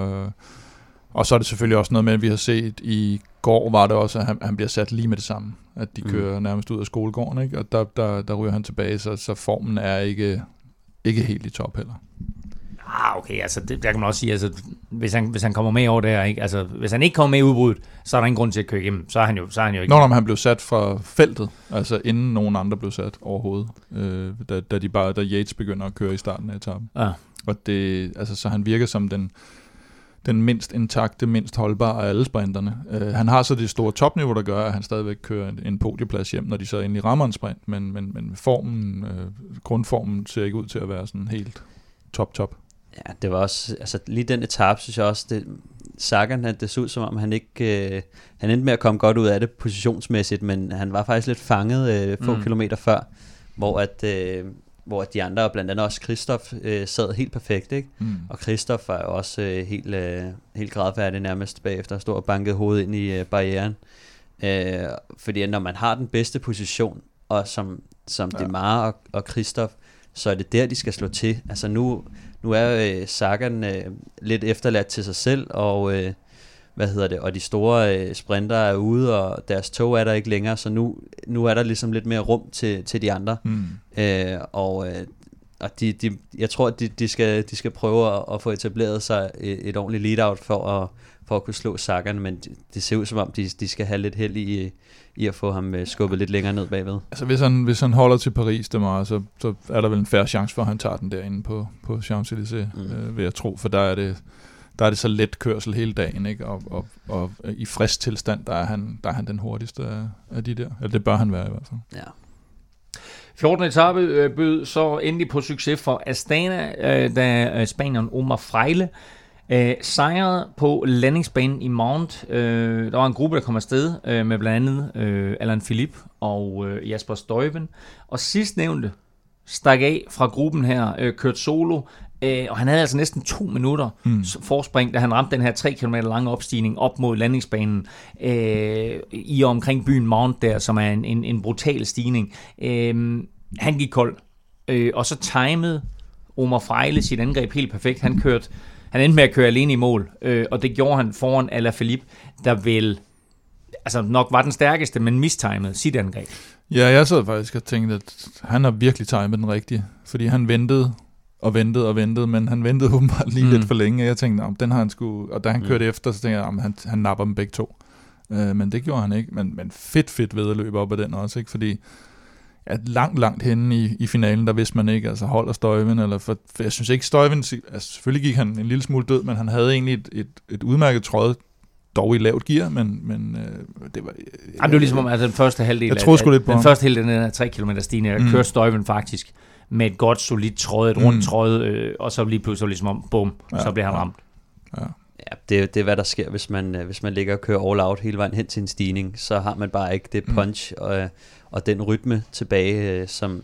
Og så er det selvfølgelig også noget med, at vi har set i går, var det også, at han bliver sat lige med det samme, at de kører nærmest ud af skolegården, ikke? Og der ryger han tilbage, så formen er ikke helt i top heller. Okay, altså der kan man også sige, altså hvis han kommer med over der, ikke? Altså hvis han ikke kommer med i udbruddet, så er der ingen grund til at køre igennem. Så er han jo ikke. Når han blev sat fra feltet, altså inden nogen andre blev sat overhovedet, da Yates begynder at køre i starten af etapen. Ja. Og det, altså så han virker som den mindst intakte, mindst holdbare af alle sprinterne. Han har så det store topniveau, der gør, at han stadigvæk kører en podieplads hjem, når de så endelig rammer en sprint, men formen, grundformen ser ikke ud til at være sådan helt top. Ja, det var også, altså lige den etape, synes jeg også, Sagan, det så ud som om, han ikke, han endte med at komme godt ud af det positionsmæssigt, men han var faktisk lidt fanget få kilometer før, hvor de andre, blandt andet også Kristoff, sad helt perfekt, ikke? Og Kristoff var jo også helt gradfærdig nærmest bagefter, stod og bankede hovedet ind i barrieren. Fordi når man har den bedste position, og som Demare og Kristoff, så er det der, de skal slå til. Altså nu er Sagan lidt efterladt til sig selv, og og de store sprinter er ude, og deres tog er der ikke længere, så nu er der ligesom lidt mere rum til de andre. Og jeg tror, at de skal prøve at få etableret sig et ordentligt lead-out for at kunne slå Sagan, men det ser ud som om, de skal have lidt held i at få ham skubbet lidt længere ned bagved. Altså hvis han holder til Paris, så er der vel en fair chance for, at han tager den derinde på Champs-Élysées, vil jeg tro, for der er det så let kørsel hele dagen, ikke? Og i frisk tilstand, der er han den hurtigste af de der. Eller det bør han være i hvert fald. Ja. 14. etape bød så endelig på succes for Astana, da spanieren Omar Fraile sejrede på landingsbanen i Mount. Der var en gruppe, der kom afsted med blandt andet Alain Philippe og Jasper Stuyven. Og sidstnævnte stak af fra gruppen her, kørte solo, og han havde altså næsten 2 minutter forspring, da han ramte den her 3 km lange opstigning op mod landingsbanen i og omkring byen Mount der, som er en brutal stigning. Han gik kold, og så timede Omar Fraile sit angreb helt perfekt. Han endte med at køre alene i mål, og det gjorde han foran Alaphilippe, der vel nok var den stærkeste, men mistimede sit angreb. Ja, jeg sad faktisk og tænkte, at han har virkelig timet den rigtige, fordi han ventede, men han ventede åbenbart lige lidt for længe, og jeg tænkte, den har han sgu, og da han kørte efter, så tænkte jeg, han napper dem begge to. Men det gjorde han ikke, men fedt vedløb op ad den også, ikke? Fordi langt henne i finalen, der vidste man ikke, altså holder Stuyven, eller for jeg synes ikke, Stuyven, altså selvfølgelig gik han en lille smule død, men han havde egentlig et udmærket tråd, dog i lavt gear, men det var... det var ligesom den første halvdel af 3 km stigning, der kørte Stuyven faktisk med et godt, solidt tråd, et rundt tråd, og så lige pludselig ligesom om, bum, så blev han ramt. Ja, det er hvad der sker, hvis man ligger og kører all out hele vejen hen til en stigning, så har man bare ikke det punch og den rytme tilbage, som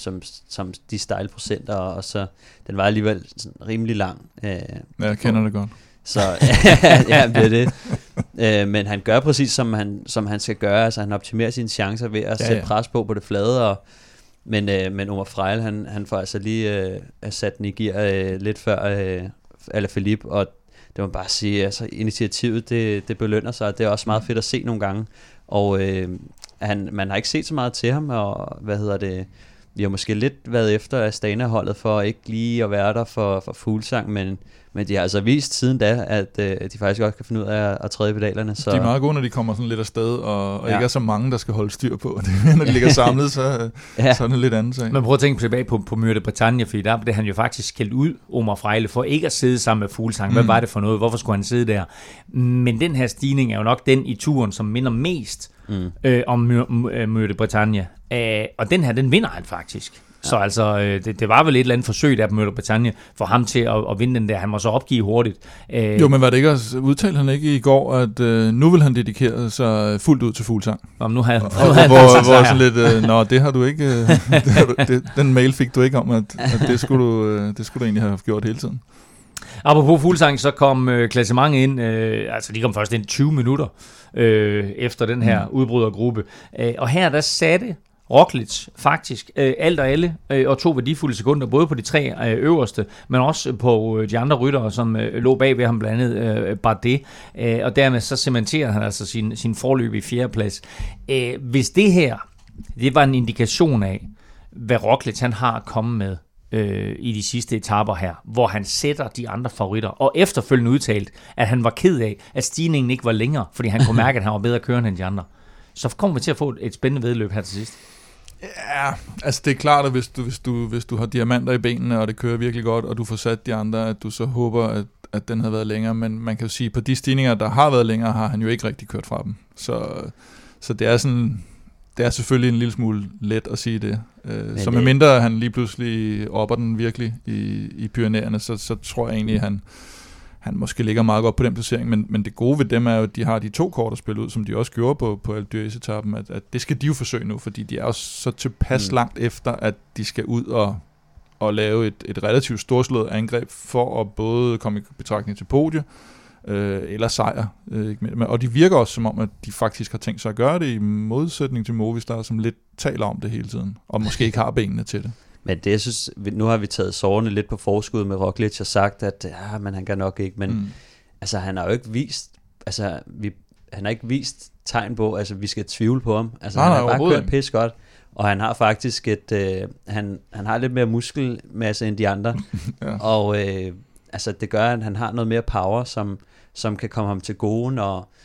de stejle procenter, og så den var alligevel sådan rimelig lang. Ja, jeg kender det godt. Så ja, det er det. Men han gør præcis som han skal gøre, altså han optimerer sine chancer ved at sætte pres på det flade, men Omar Freile, han får altså lige sat den i gear lidt før Alaphilippe, og det må man bare sige, altså initiativet, det belønner sig, og det er også meget fedt at se nogle gange, og man har ikke set så meget til ham, og vi har måske lidt været efter Astana-holdet for ikke lige at være der for Fuglsang, men de har altså vist siden da, at de faktisk godt kan finde ud af at træde pedalerne. Så. De er meget gode, når de kommer sådan lidt afsted, og ikke er så mange, der skal holde styr på. Når de ligger samlet, så er det lidt andet sag. Men prøv at tænke tilbage på Mur de Bretagne, fordi der blev han jo faktisk skældt ud, Omar Freile, for ikke at sidde sammen med Fuglsang. Hvad var det for noget? Hvorfor skulle han sidde der? Men den her stigning er jo nok den i turen, som minder mest om Mur de Bretagne. Og den her, den vinder han faktisk. Så altså, det var vel et eller andet forsøg der på Mur de Bretagne for ham til at vinde den der. Han må så opgive hurtigt. Jo, men var det ikke også, udtalte han ikke i går, at nu vil han dedikere sig fuldt ud til Fuglsang? Nu havde hvor sådan lidt, det har du ikke, den mail fik du ikke om, at det skulle du egentlig have gjort hele tiden. Apropos Fuglsang, så kom klassementet ind, altså de kom først ind 20 minutter efter den her udbrydergruppe. Og her der satte Roglic faktisk alt og alle og tog værdifulde sekunder, både på de 3 øverste, men også på de andre ryttere, som lå bag ved ham, blandt andet Bardet, og dermed så cementerer han altså sin forløb i 4. plads. Hvis det her, det var en indikation af, hvad Roglic han har kommet med i de sidste etaper her, hvor han sætter de andre favoritter, og efterfølgende udtalt, at han var ked af, at stigningen ikke var længere, fordi han kunne mærke, at han var bedre kørende end de andre. Så kommer vi til at få et spændende vedløb her til sidst. Ja, altså det er klart, at hvis du har diamanter i benene, og det kører virkelig godt, og du får sat de andre, at du så håber, at den har været længere, men man kan jo sige, at på de stigninger, der har været længere, har han jo ikke rigtig kørt fra dem. Så det er sådan, det er selvfølgelig en lille smule let at sige det. Så medmindre han lige pludselig opper den virkelig i Pyrenæerne, så tror jeg egentlig, han måske ligger meget godt på den placering, men det gode ved dem er jo, at de har de 2 kort at spille ud, som de også gjorde på Alpe d'Huez-etappen, at det skal de jo forsøge nu, fordi de er jo så tilpas langt efter, at de skal ud og lave et relativt storslået angreb for at både komme i betragtning til podie eller sejr. Og de virker også som om, at de faktisk har tænkt sig at gøre det i modsætning til Movistar, som lidt taler om det hele tiden, og måske ikke har benene til det. Men det, jeg synes, nu har vi taget sårene lidt på forskud med Roglic og sagt, at men han kan nok ikke, men altså han har jo ikke vist, altså han har ikke vist tegn på, altså vi skal tvivle på ham. Altså han har bare kørt pis godt, og han har faktisk han har lidt mere muskelmasse end de andre, og altså det gør, at han har noget mere power, som kan komme ham til gode,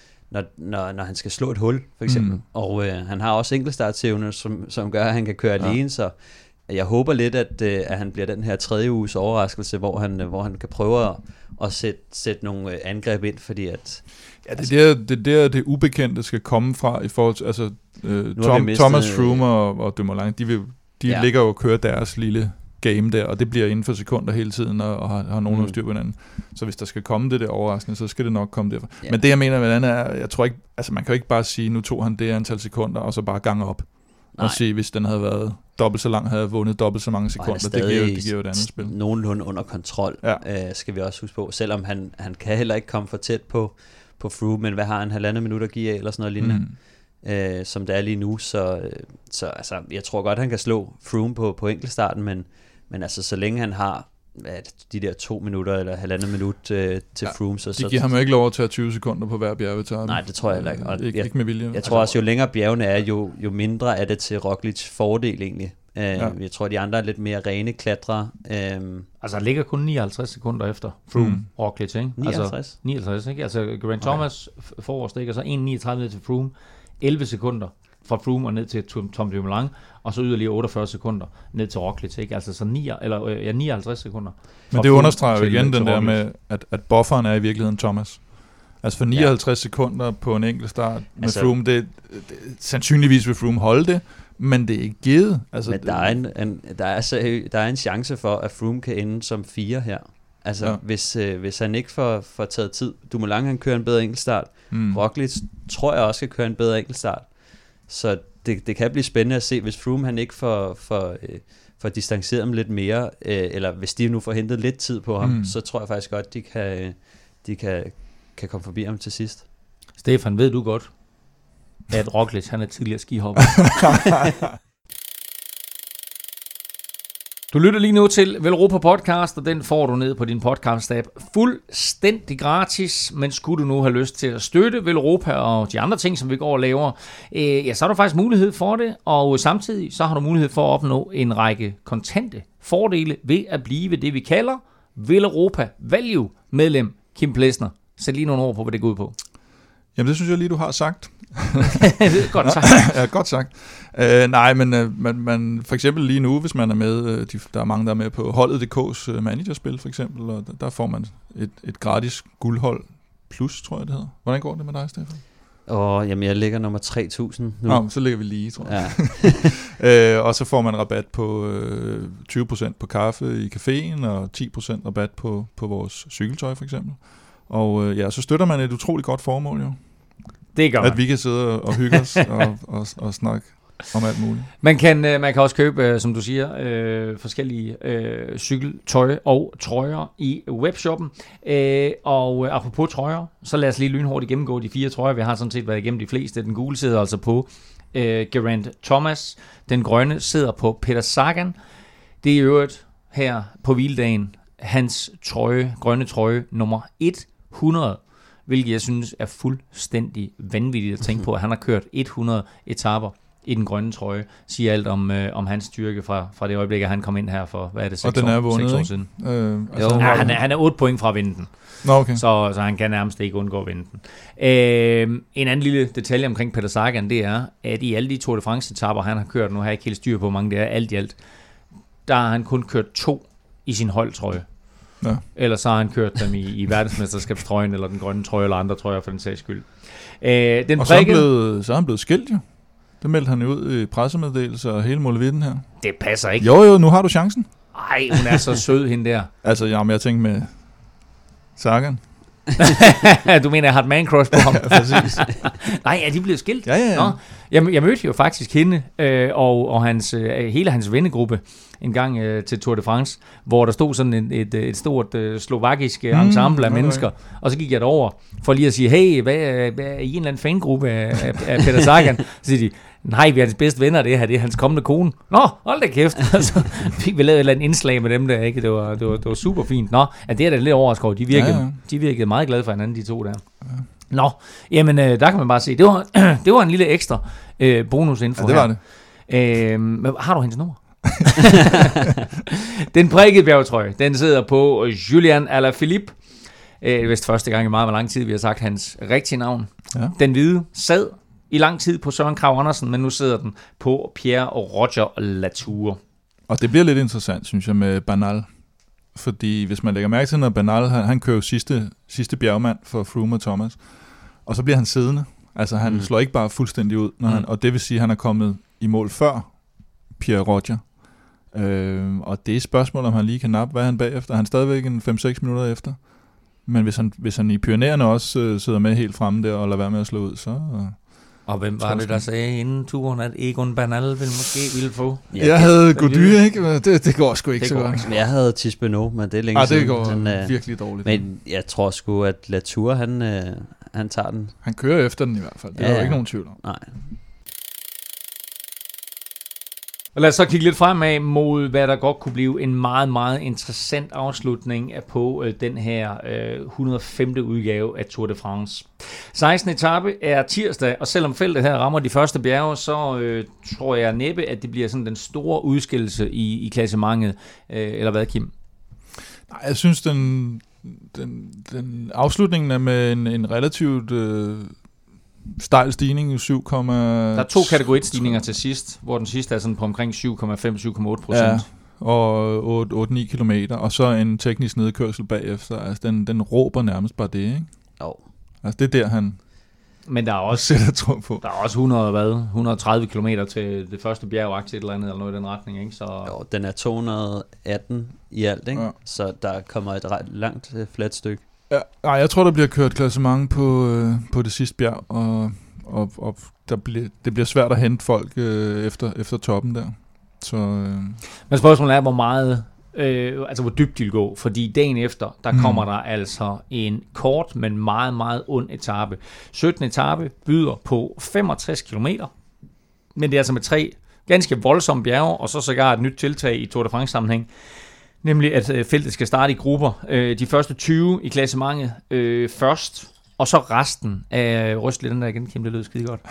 når han skal slå et hul, for eksempel. Og han har også enkeltstartsevne, som gør, at han kan køre alene, så jeg håber lidt, at han bliver den her 3. uges overraskelse, hvor han kan prøve at sætte nogle angreb ind, fordi at... Ja, det er det ubekendte skal komme fra i forhold til... Altså, Thomas Froome og Dumoulin, de ligger jo og kører deres lille game der, og det bliver inden for sekunder hele tiden, og har nogen styr på hinanden. Så hvis der skal komme det der overraskende, så skal det nok komme derfra. Ja. Men det, jeg mener med andet er, jeg tror ikke... Altså, man kan jo ikke bare sige, nu tog han det antal sekunder, og så bare gange op. Og se, hvis den havde været dobbelt så lang, havde jeg vundet dobbelt så mange sekunder. Det giver jo et andet spil. Nogenlunde under kontrol, skal vi også huske på. Selvom han kan heller ikke komme for tæt på Froome, men hvad har han 1,5 minut at give af, eller sådan noget lignende, som det er lige nu. Så altså, jeg tror godt, han kan slå Froome på enkeltstarten, men altså, så længe han har de der 2 minutter eller 1,5 minut til Froome. De giver ham ikke lov at tage 20 sekunder på hver bjergetape. Nej, det tror jeg heller ikke. Og ikke med vilje. Jeg tror også, jo længere bjergene er, jo mindre er det til Roglic fordel egentlig. Jeg tror, de andre er lidt mere rene klatre. Altså, han ligger kun 59 sekunder efter Froome, Roglic, ikke? 59? Altså, 59, ikke? Altså, Geraint Thomas forrest, ikke? Og så 1,39 ned til Froome, 11 sekunder fra Froome og ned til Tom Dumoulin, og så yderligere 48 sekunder ned til Roglic, ikke? Altså så 59 sekunder. Men det understreger jo igen den der med, at bufferen er i virkeligheden Thomas. Altså for 59 sekunder på en enkelt start med Froome, det sandsynligvis vil Froome holde det, men det er ikke givet. Altså, men der er en chance for, at Froome kan ende som 4 her. Altså, hvis han ikke får taget tid. Dumoulin, han kører en bedre enkeltstart. Roglic tror jeg også skal køre en bedre enkeltstart. Så det kan blive spændende at se, hvis Froome han ikke får distanceret dem lidt mere, eller hvis de nu får hentet lidt tid på ham, så tror jeg faktisk godt, de kan komme forbi ham til sidst. Stefan, ved du godt, at Roglic han er tidligere skihopper? Du lytter lige nu til Velropa Podcast, og den får du ned på din podcast-app fuldstændig gratis. Men skulle du nu have lyst til at støtte Velropa og de andre ting, som vi går og laver, så har du faktisk mulighed for det. Og samtidig så har du mulighed for at opnå en række kontante fordele ved at blive det, vi kalder Velropa Value medlem. Kim Plesner, sæt lige nogle ord på, hvad det går ud på. Jamen det synes jeg lige, du har sagt. Godt sagt. Ja, godt sagt. Nej, men man for eksempel lige nu, hvis man er med, der er mange, der er med på holdet.dk's managerspil for eksempel, og der får man et gratis guldhold plus, tror jeg det hedder. Hvordan går det med dig, Stefan? Jamen jeg ligger nummer 3000 nu. Så ligger vi lige, tror jeg. Og så får man rabat på 20% på kaffe i caféen, og 10% rabat på vores cykeltøj for eksempel. Og så støtter man et utroligt godt formål jo. Det gør man. At vi kan sidde og hygge os og snakke om alt muligt. Man kan også købe, som du siger, forskellige cykeltøj og trøjer i webshoppen. Og apropos trøjer, så lad os lige lynhurtigt gennemgå de 4 trøjer. Vi har sådan set været igennem de fleste. Den gule sidder altså på Geraint Thomas. Den grønne sidder på Peter Sagan. Det er i øvrigt her på hviledagen hans grønne trøje nummer 100. Hvilket jeg synes er fuldstændig vanvittigt at tænke på, at han har kørt 100 etaper i den grønne trøje. Siger alt om hans styrke fra det øjeblik, at han kom ind her for, hvad er det, 6 år siden. Han er 8 point fra at vinde den. Nå, okay. Så han kan nærmest ikke undgå at vinde den. En anden lille detalje omkring Peter Sagan, det er, at i alle de Tour de France-etaper, han har kørt, nu har jeg ikke helt styr på, hvor mange det er, alt i alt, der har han kun kørt 2 i sin holdtrøje. Ja. Ellers så har han kørt dem i verdensmesterskabstrøjen, eller den grønne trøje, eller andre trøjer for den sags skyld. Så er han blevet skilt jo. Det meldte han jo ud i pressemeddelelser og hele muligheden her. Det passer ikke. Jo, nu har du chancen. Ej, hun er så sød, hende der. Altså, jeg tænkte med Sagan. Du mener, jeg har et man-crush på ham? Ja, præcis. Nej, er de blevet skilt? Ja. Nå, jeg mødte jo faktisk hende og hele hans vennegruppe en gang til Tour de France, hvor der stod sådan et stort slovakisk ensemble af mennesker, og så gik jeg derover for lige at sige, hey, hvad er I en eller anden fangruppe af Peter Sagan? Så siger de, nej, vi er hans bedste venner, det er hans kommende kone. Nå, hold da kæft. Og så fik vi lavet et eller andet indslag med dem der, ikke? Det var super fint. Nå, det er da lidt overrasket. De virkede meget glade for hinanden, de to der. Ja. Nå, jamen der kan man bare se, det var en lille ekstra bonusinfo her. Ja, det var det. Har du hendes nummer? Den prikkede bjergetrøje, den sidder på Julian Alaphilippe. Det er vist første gang i meget lang tid, vi har sagt hans rigtige navn. Ja. Den hvide sad i lang tid på Søren Kragh Andersen, men nu sidder den på Pierre Roger Latour. Og det bliver lidt interessant, synes jeg, med Bernal. Fordi hvis man lægger mærke til, når Bernal, han kører sidste bjergmand for Froome og Thomas, og så bliver han siddende. Altså han slår ikke bare fuldstændig ud, og det vil sige, at han er kommet i mål før Pierre Roger. Og det er et spørgsmål, om han lige kan nappe, hvad han bagefter. Han er stadigvæk en 5-6 minutter efter. Men hvis han i Pyrenæerne også sidder med helt fremme der og lader være med at slå ud, så... Og hvem var det, der sagde inden turen, at Egon Bernal ville få? Ja, jeg havde Gody, ikke? Det går sgu ikke så godt. Jeg havde Tisbeno, men det er længe siden. Det går virkelig dårligt. Men jeg tror sgu, at Latour, han tager den. Han kører efter den i hvert fald. Det er jo ikke nogen tvivl om. Nej. Og lad os så kigge lidt fremad mod, hvad der godt kunne blive en meget, meget interessant afslutning på den her 105. udgave af Tour de France. 16. etape er tirsdag, og selvom feltet her rammer de første bjerge, så tror jeg næppe, at det bliver sådan den store udskillelse i klassementet. Eller hvad, Kim? Nej, jeg synes, den afslutningen er med en relativt... stejl stigning, 7, der er 2 kategoritstigninger til sidst, hvor den sidste er sådan på omkring 7,5-7,8%. Ja, og 8-9 kilometer, og så en teknisk nedkørsel bagefter. Altså, den råber nærmest bare det, ikke? Jo. Altså, det er der, han... Men der er også, der er også 130 km til det første bjergakt, et eller andet, eller noget i den retning, ikke? Så... Jo, den er 218 i alt, ikke? Ja. Så der kommer et ret langt fladt stykke. Ja, nej, jeg tror, der bliver kørt klassement på det sidste bjerg, og det bliver svært at hente folk efter toppen der. Så, Men spørgsmålet er, hvor meget, altså hvor dybt de vil gå, fordi dagen efter, der kommer der altså en kort, men meget, meget ond etape. 17. etape byder på 65 kilometer, men det er altså med 3 ganske voldsomme bjerge, og så sågar et nyt tiltag i Tour de France sammenhæng, nemlig at feltet skal starte i grupper. De første 20 i klassementet først, og så resten af... Ryst lidt den der igen, Kim, det lød skide godt.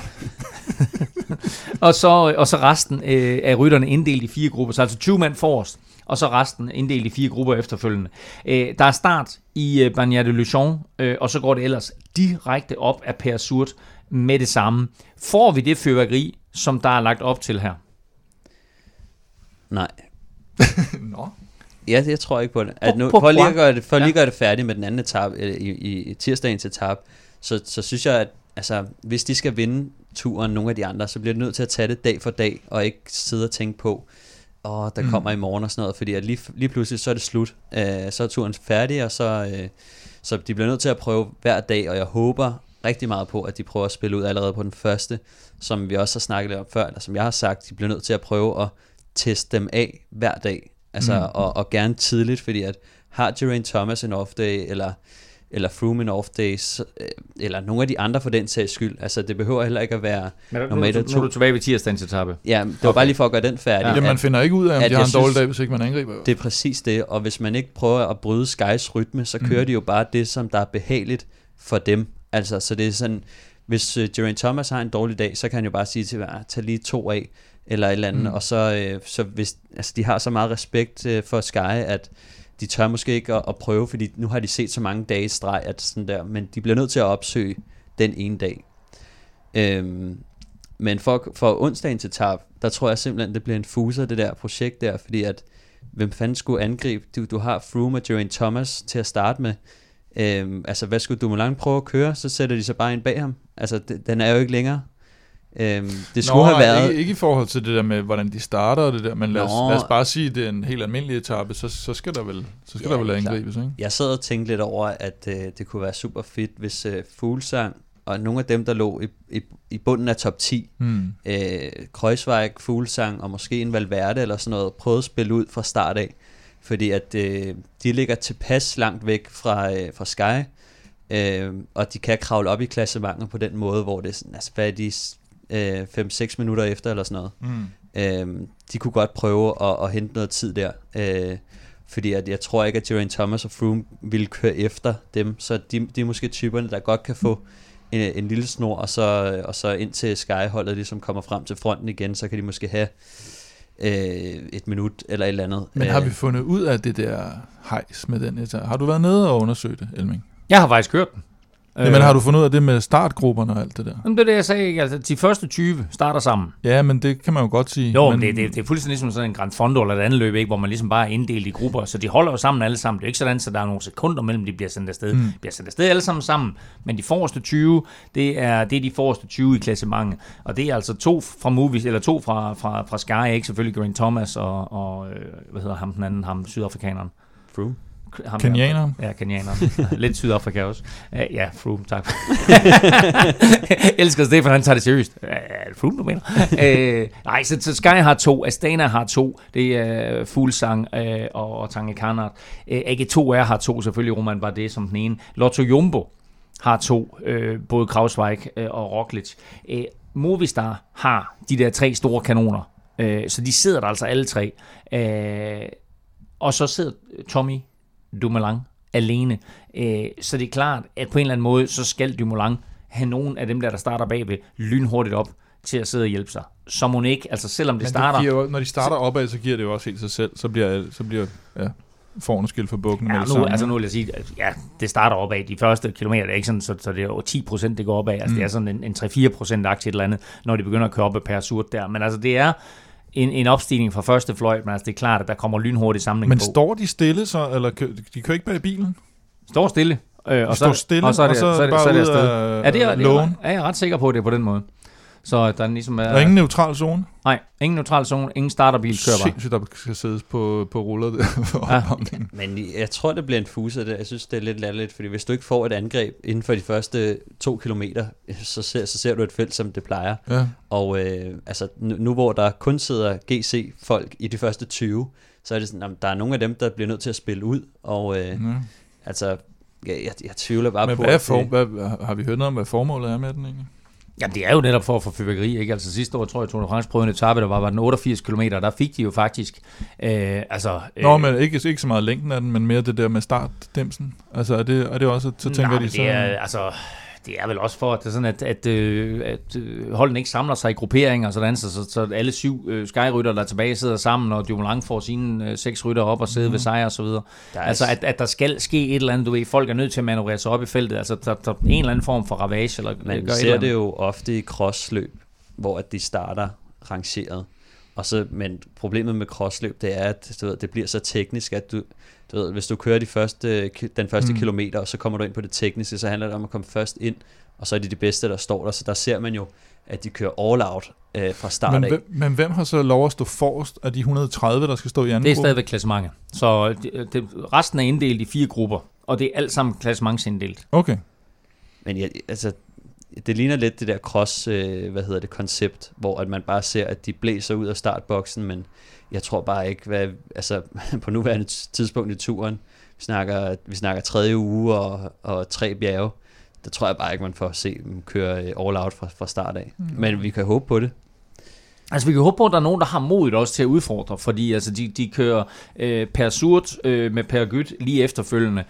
og så resten af rytterne inddelt i 4 grupper, så altså 20 mand forrest, og så resten inddelt i 4 grupper efterfølgende. Der er start i Bagnères de Luchon, og så går det ellers direkte op af Per Surt med det samme. Får vi det fyrværkeri, som der er lagt op til her? Nej. Nå. Ja, jeg tror ikke på det. At nu, for lige at gøre det færdigt med den anden etape, i tirsdagens etape, så synes jeg, at altså, hvis de skal vinde turen, nogle af de andre, så bliver de nødt til at tage det dag for dag, og ikke sidde og tænke på, der kommer i morgen og sådan noget, fordi at lige pludselig, så er det slut. Så er turen færdig, og så de bliver nødt til at prøve hver dag, og jeg håber rigtig meget på, at de prøver at spille ud allerede på den første, som vi også har snakket om før, eller som jeg har sagt, de bliver nødt til at prøve at teste dem af hver dag. Altså, og gerne tidligt, fordi at har Geraint Thomas en off-day, eller Froome en off-day, eller nogle af de andre for den sags skyld. Altså, det behøver heller ikke at være... Men nu er du tilbage ved tirsdagens etape. Ja, det var bare lige for at gøre den færdig. Ja. Man finder ikke ud af, om de har en dårlig dag, hvis ikke man angriber. Det er præcis det, og hvis man ikke prøver at bryde Skys rytme, så kører de jo bare det, som der er behageligt for dem. Altså, så det er sådan... Hvis Geraint Thomas har en dårlig dag, så kan han jo bare sige til hver, tag lige 2 af, eller et eller andet, og så hvis, altså de har så meget respekt for Sky, at de tør måske ikke at prøve, fordi nu har de set så mange dage i streg, at sådan der, men de bliver nødt til at opsøge den ene dag. Men for onsdagens etape, der tror jeg simpelthen, det bliver en fuser, det der projekt der, fordi at, hvem fanden skulle angribe? Du har Froome og Geraint Thomas til at starte med. Altså, hvad skulle Dumoulin prøve at køre? Så sætter de sig bare ind bag ham. Altså, den er jo ikke længere. Det skulle have været... Ikke i forhold til det der med, hvordan de starter og det der, men lad os bare sige, at det er en helt almindelig etape, så skal der vel angribes, ikke? Jeg sad og tænkte lidt over, at det kunne være super fedt, hvis Fuglsang og nogle af dem, der lå i bunden af top 10, Kreuzweig, Fuglsang og måske en Valverde eller sådan noget, prøvede at spille ud fra start af, fordi at de ligger tilpas langt væk fra Sky, og de kan kravle op i klassementet på den måde, hvor det er sådan, altså, hvad er de 5-6 minutter efter eller sådan noget. De kunne godt prøve at hente noget tid der, fordi at jeg tror ikke, at Geraint Thomas og Froome ville køre efter dem, så de er måske typerne, der godt kan få en lille snor, og så indtil Sky-holdet ligesom kommer frem til fronten igen, så kan de måske have et minut eller et eller andet. Men har vi fundet ud af det der hejs med den etape? Har du været nede og undersøge det, Elming? Jeg har faktisk kørt den. Men har du fundet ud af det med startgrupperne og alt det der? Jamen, det er det, jeg sagde, ikke? Altså, de første 20 starter sammen. Ja, men det kan man jo godt sige. Jo, men det er fuldstændig ligesom sådan en Grand Fondo eller et andet løb, ikke? Hvor man ligesom bare er inddelt i grupper, så de holder jo sammen alle sammen. Det er ikke sådan, så der er nogle sekunder mellem, de bliver sendt afsted. De bliver sendt afsted alle sammen, men de forreste 20, det er de forreste 20 i klassementet. Og det er altså 2 fra Movies, eller 2 fra Sky, ikke? Selvfølgelig Geraint Thomas og hvad hedder ham den anden, ham sydafrikaneren? Froome. Kenyaneren? Ja, kenyaneren. Lidt Sydafrika også. Ja, Froome, tak. Jeg elsker Stefan, han tager det seriøst. Froome, du mener? Nej, så Sky har 2, Astana har 2, det er Fuglsang og Tange Kanart. AG2R har 2, selvfølgelig Roman Bardet som den ene. Lotto Jumbo har 2, både Kreuzweig og Roglic. Movistar har de der 3 store kanoner, så de sidder der altså alle 3. Og så sidder Tommy Dumoulin alene. Så det er klart, at på en eller anden måde, så skal Dumoulin have nogen af dem der starter bagved lynhurtigt op til at sidde og hjælpe sig. Så må ikke, altså selvom det starter... Jo, når de starter opad, så giver det jo også helt sig selv. Så bliver forne skilt for bukken. Ja, nu vil jeg sige, at ja, det starter opad. De første kilometer, det er ikke sådan, så det er jo 10% det går opad. Altså det er sådan en 3-4% aktie et eller andet, når de begynder at køre op af Per Surt der. Men altså det er en opstigning fra første fløjt, men altså det er klart, at der kommer lynhurtigt samling på. Men står de stille så, eller de kører ikke bag bilen? Står stille. Og så stille, og så er det afsted. Er jeg ret sikker på, at det er på den måde. Så der ligesom der er ingen neutral zone? Nej, ingen neutral zone, ingen starterbil kører bare. Sindssygt, der skal siddes på ruller der. Ja. Men jeg tror, det bliver en fuse af det. Jeg synes, det er lidt latterligt, fordi hvis du ikke får et angreb inden for de første 2 kilometer, så ser du et felt, som det plejer. Ja. Og nu hvor der kun sidder GC-folk i de første 20, så er det sådan, der er nogle af dem, der bliver nødt til at spille ud, og jeg tvivler bare på... Men har vi hørt noget om, hvad formålet er med den egentlig? Jamen, det er jo netop for at få fyrværkeri, ikke? Altså sidste år, tror jeg, Tour de France prøvede en etape, der var den 88 km, der fik de jo faktisk... men ikke så meget længden af den, men mere det der med startdæmsen. Altså, er det også, så tænker de så... Det er vel også for, at, det er sådan, at holdene ikke samler sig i grupperinger, sådan, så alle 7 Sky-rytter, der er tilbage, sidder sammen, og Dumoulin får sine 6 rytter op og sidde ved sejr og så videre. Altså, at der skal ske et eller andet, du ved, folk er nødt til at manøvrere sig op i feltet, altså der en eller anden form for ravage. Eller man ser det jo ofte i crossløb, hvor at de starter rangeret. Men problemet med crossløb, det er, at det bliver så teknisk, at du ved, hvis du kører den første kilometer, og så kommer du ind på det tekniske, så handler det om at komme først ind, og så er det de bedste, der står der. Så der ser man jo, at de kører all out fra start af. Men hvem har så lov at stå forrest af de 130, der skal stå i anden gruppe? Det er stadigvæk klassementet. Så resten er inddelt i 4 grupper, og det er alt sammen klassementsinddelt. Okay. Men det ligner lidt det der cross, koncept, hvor at man bare ser, at de blæser ud af startboksen, men jeg tror bare ikke, på nuværende tidspunkt i turen, vi snakker 3. uge og 3 bjerge, der tror jeg bare ikke, man får se dem køre all out fra start af. Men vi kan håbe på det. Altså vi kan håbe på, at der er nogen, der har modet også til at udfordre, fordi altså, de kører Per Surt med Per Gyt lige efterfølgende,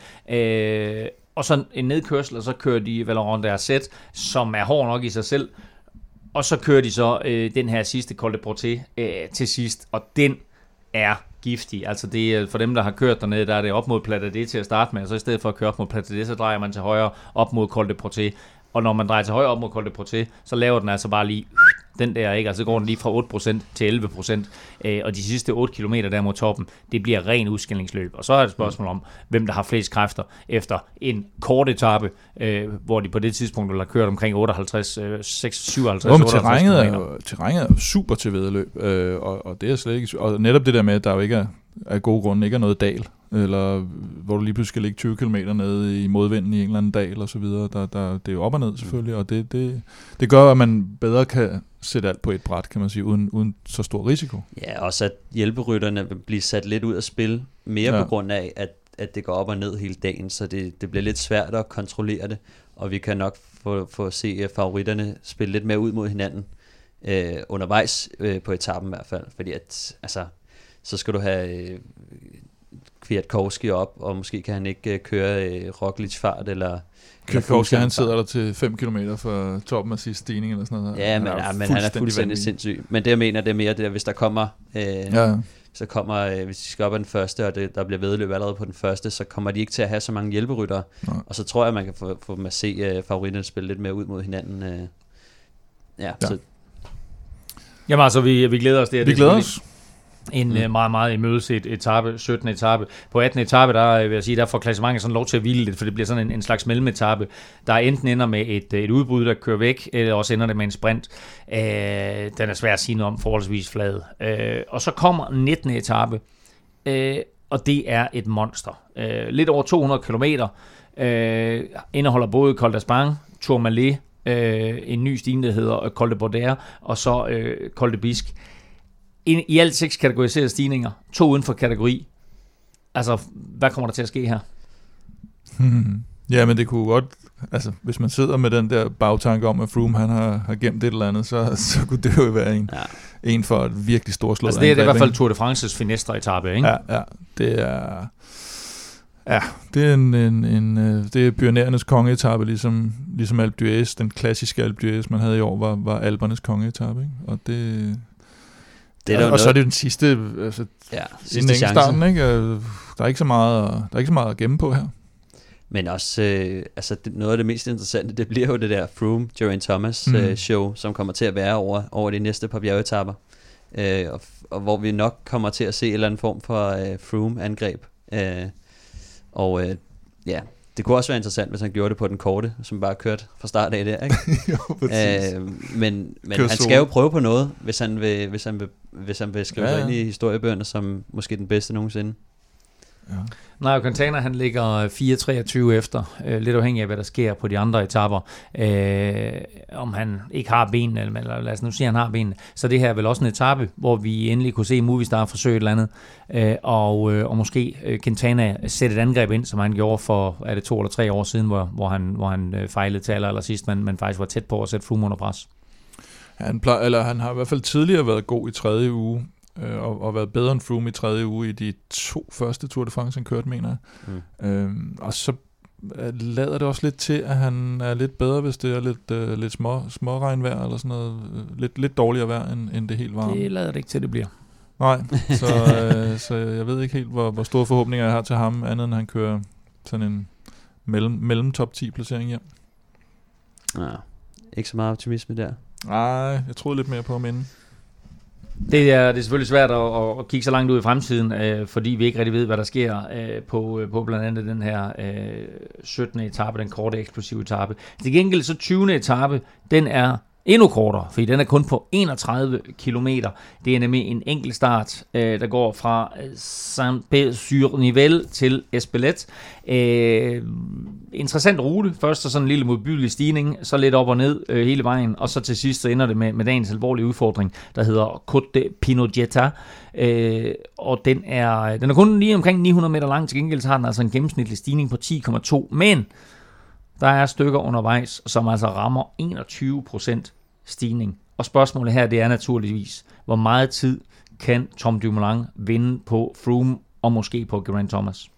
og så en nedkørsel, og så kører de Valentin d'Arzet, som er hård nok i sig selv, og så kører de så den her sidste Col de Portet til sidst, og den er giftig. Altså det er for dem, der har kørt dernede, der er det op mod Plata d'Este til at starte med, og så i stedet for at køre op mod Plata d'Este, så drejer man til højre op mod Col de Portet, og når man drejer til højre op mod Col de Portet, så laver den altså bare lige den der, ikke? Altså går den lige fra 8% til 11%, og de sidste 8 km der mod toppen, det bliver ren udskillingsløb. Og så er det et spørgsmål om, hvem der har flest kræfter efter en kort etape, hvor de på det tidspunkt har kørt omkring 58, 57, 58 terrænet er super til væddeløb, og det er slet ikke... Og netop det der med, at der jo ikke af gode grunde ikke er noget dal, eller hvor du lige pludselig skal ligge 20 km nede i modvinden i en eller anden dal og så videre. Det er jo op og ned selvfølgelig, og det gør, at man bedre kan sætte alt på et bræt, kan man sige, uden så stor risiko. Ja, også at hjælperytterne vil blive sat lidt ud af spil, mere på grund af, at det går op og ned hele dagen, så det bliver lidt svært at kontrollere det, og vi kan nok få at se favoritterne spille lidt mere ud mod hinanden undervejs på etappen i hvert fald, fordi at så skal du have Kwiatkowski op, og måske kan han ikke køre Roglic fart, eller Kwiatkowski, han sidder der til 5 km fra toppen af sidste stigning, eller sådan noget. Ja, men han er fuldstændig sindssyg. Men det jeg mener, det er mere det der, hvis der kommer, hvis de skal op af den første, og der bliver vedløb allerede på den første, så kommer de ikke til at have så mange hjælperyttere, og så tror jeg, man kan få dem at se favoritterne spille lidt mere ud mod hinanden. Så. Jamen altså, vi glæder os. Vi glæder os. En meget, meget imødeset etape, 17. etape. På 18. etape, der vil jeg sige, der får klassementet sådan lov til at hvile lidt, for det bliver sådan en slags mellemetape, der enten ender med et udbrud, der kører væk, eller også ender det med en sprint. Den er svær at sige noget om, forholdsvis flad. Og så kommer 19. etape, og det er et monster. Lidt over 200 kilometer, indeholder både Col d'Aspin, Tourmalet, en ny stigning, der hedder Col de Bordère, og så Col de Bisque. I alt 6 kategoriserede stigninger, 2 uden for kategori. Altså, hvad kommer der til at ske her? Ja, men det kunne godt... Altså, hvis man sidder med den der bagtanke om, at Froome han har gemt et eller andet, så kunne det jo være en for et virkelig storslået altså, det er i hvert fald Tour de France's finestre-etape, ikke? Ja, det er... Ja, det er det er pionerernes kongeetape, ligesom Alpe d'Huez, den klassiske Alpe d'Huez, man havde i år, var Alpernes kongeetape, ikke? Og det og så er det den sidste, sidste starten, ikke? Der er ikke så meget at gemme på her. Men også, noget af det mest interessante, det bliver jo det der Froome, Geraint Thomas show, som kommer til at være over de næste par bjergetapper, og hvor vi nok kommer til at se en eller anden form for Froome-angreb. Det kunne også være interessant, hvis han gjorde det på den korte, som bare kørte fra start af der, ikke? Jo, men han skal jo prøve på noget, hvis han vil skrive sig ind i historiebøgerne som måske den bedste nogensinde. Ja. Nej, Quintana han ligger 4.23 efter, lidt afhængig af hvad der sker på de andre etaper. Om han ikke har benene, eller lad os nu sige, han har benene. Så det her er vel også en etape, hvor vi endelig kunne se Movistar forsøge et eller andet, og måske Quintana sætte et angreb ind, som han gjorde for 2 eller 3 år siden, hvor han fejlede til aller sidst, men faktisk var tæt på at sætte Froome under pres. Han har i hvert fald tidligere været god i 3. uge. Og været bedre end Froome i 3. uge i de 2 første Tour de France, han kørte, mener jeg. Og så lader det også lidt til, at han er lidt bedre, hvis det er lidt små regnvejr, eller sådan noget, lidt dårligere vejr, end det helt varme. Det lader det ikke til, det bliver. Nej, så jeg ved ikke helt, hvor store forhåbninger jeg har til ham, andet end han kører sådan en mellem top 10 placering hjem. Ja, ikke så meget optimisme der. Nej, jeg troede lidt mere på ham inden. Det er selvfølgelig svært at kigge så langt ud i fremtiden, fordi vi ikke rigtig ved, hvad der sker på blandt andet den her 17. etape, den korte eksplosive etape. Til gengæld så 20. etape, den er endnu kortere, fordi den er kun på 31 kilometer. Det er nemlig en enkelt start, der går fra Saint-Pé-sur-Nivelle til Espelette. Interessant rute. Først så sådan en lille modbydelig stigning, så lidt op og ned hele vejen, og så til sidst så ender det med dagens alvorlige udfordring, der hedder Côte de Pinogetta. Og den er kun lige omkring 900 meter lang. Til gengæld så har den altså en gennemsnitlig stigning på 10,2, men der er stykker undervejs, som altså rammer 21% stigning. Og spørgsmålet her, det er naturligvis, hvor meget tid kan Tom Dumoulin vinde på Froome og måske på Geraint Thomas?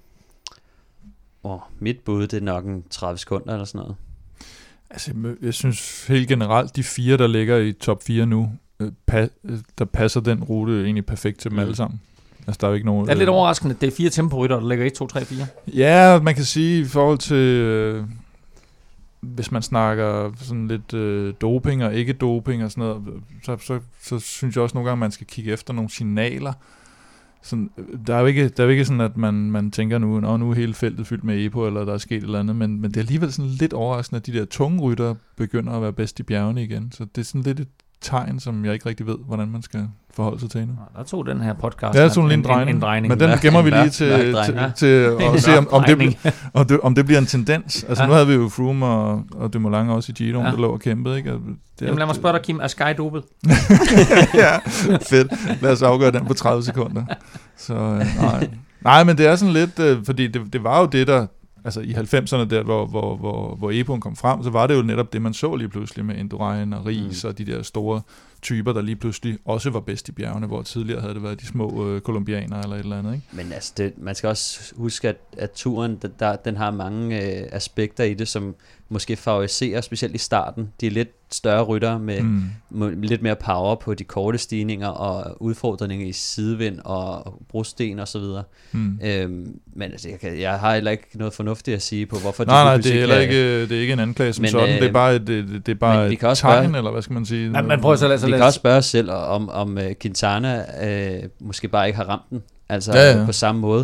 Mit bud, det er nok en 30 sekunder eller sådan noget. Altså, jeg synes helt generelt, de 4, der ligger i top 4 nu, der passer den rute egentlig perfekt til dem alle sammen. Altså, der er jo ikke nogen... Det er lidt overraskende, at det er 4 temporytter, der ligger 1, 2, 3, 4. Ja, man kan sige i forhold til... hvis man snakker sådan lidt doping og ikke doping og sådan noget, så synes jeg også nogle gange, man skal kigge efter nogle signaler. Sådan, der er jo ikke sådan, at man tænker nu er hele feltet fyldt med EPO, eller der er sket et eller andet, men det er alligevel sådan lidt overraskende, at de der tunge rytter begynder at være bedst i bjergene igen. Så det er sådan lidt et tegn, som jeg ikke rigtig ved, hvordan man skal forholde sig til endnu. Der tog den her podcast en drejning. Men den gemmer vi lige til at se, om det bliver en tendens. Altså nu havde vi jo Froome og Dumoulin også i Giroen, der lå og kæmpede, ikke? Jamen lad mig spørge dig, Kim, er Sky dopet? Ja, fedt. Lad os afgøre den på 30 sekunder. Så nej, men det er sådan lidt, fordi det var jo det, der... Altså i 90'erne der, hvor EPO'en kom frem, så var det jo netop det, man så lige pludselig med Indurain og Ries og de der store typer, der lige pludselig også var bedst i bjergene, hvor tidligere havde det været de små kolumbianere eller et eller andet, ikke? Men altså, man skal også huske, at turen, den har mange aspekter i det, som måske favoriserer, specielt i starten. De er lidt større ryttere med lidt mere power på de korte stigninger og udfordringer i sidevind og brosten og så videre. Men altså, jeg har heller ikke noget fornuftigt at sige på, hvorfor nej, det er heller ikke, det er ikke en anklage som sådan. Det er bare et tegn, eller hvad skal man sige? Man prøver så vi kan også spørge os selv, om Quintana måske bare ikke har ramt den, altså på samme måde.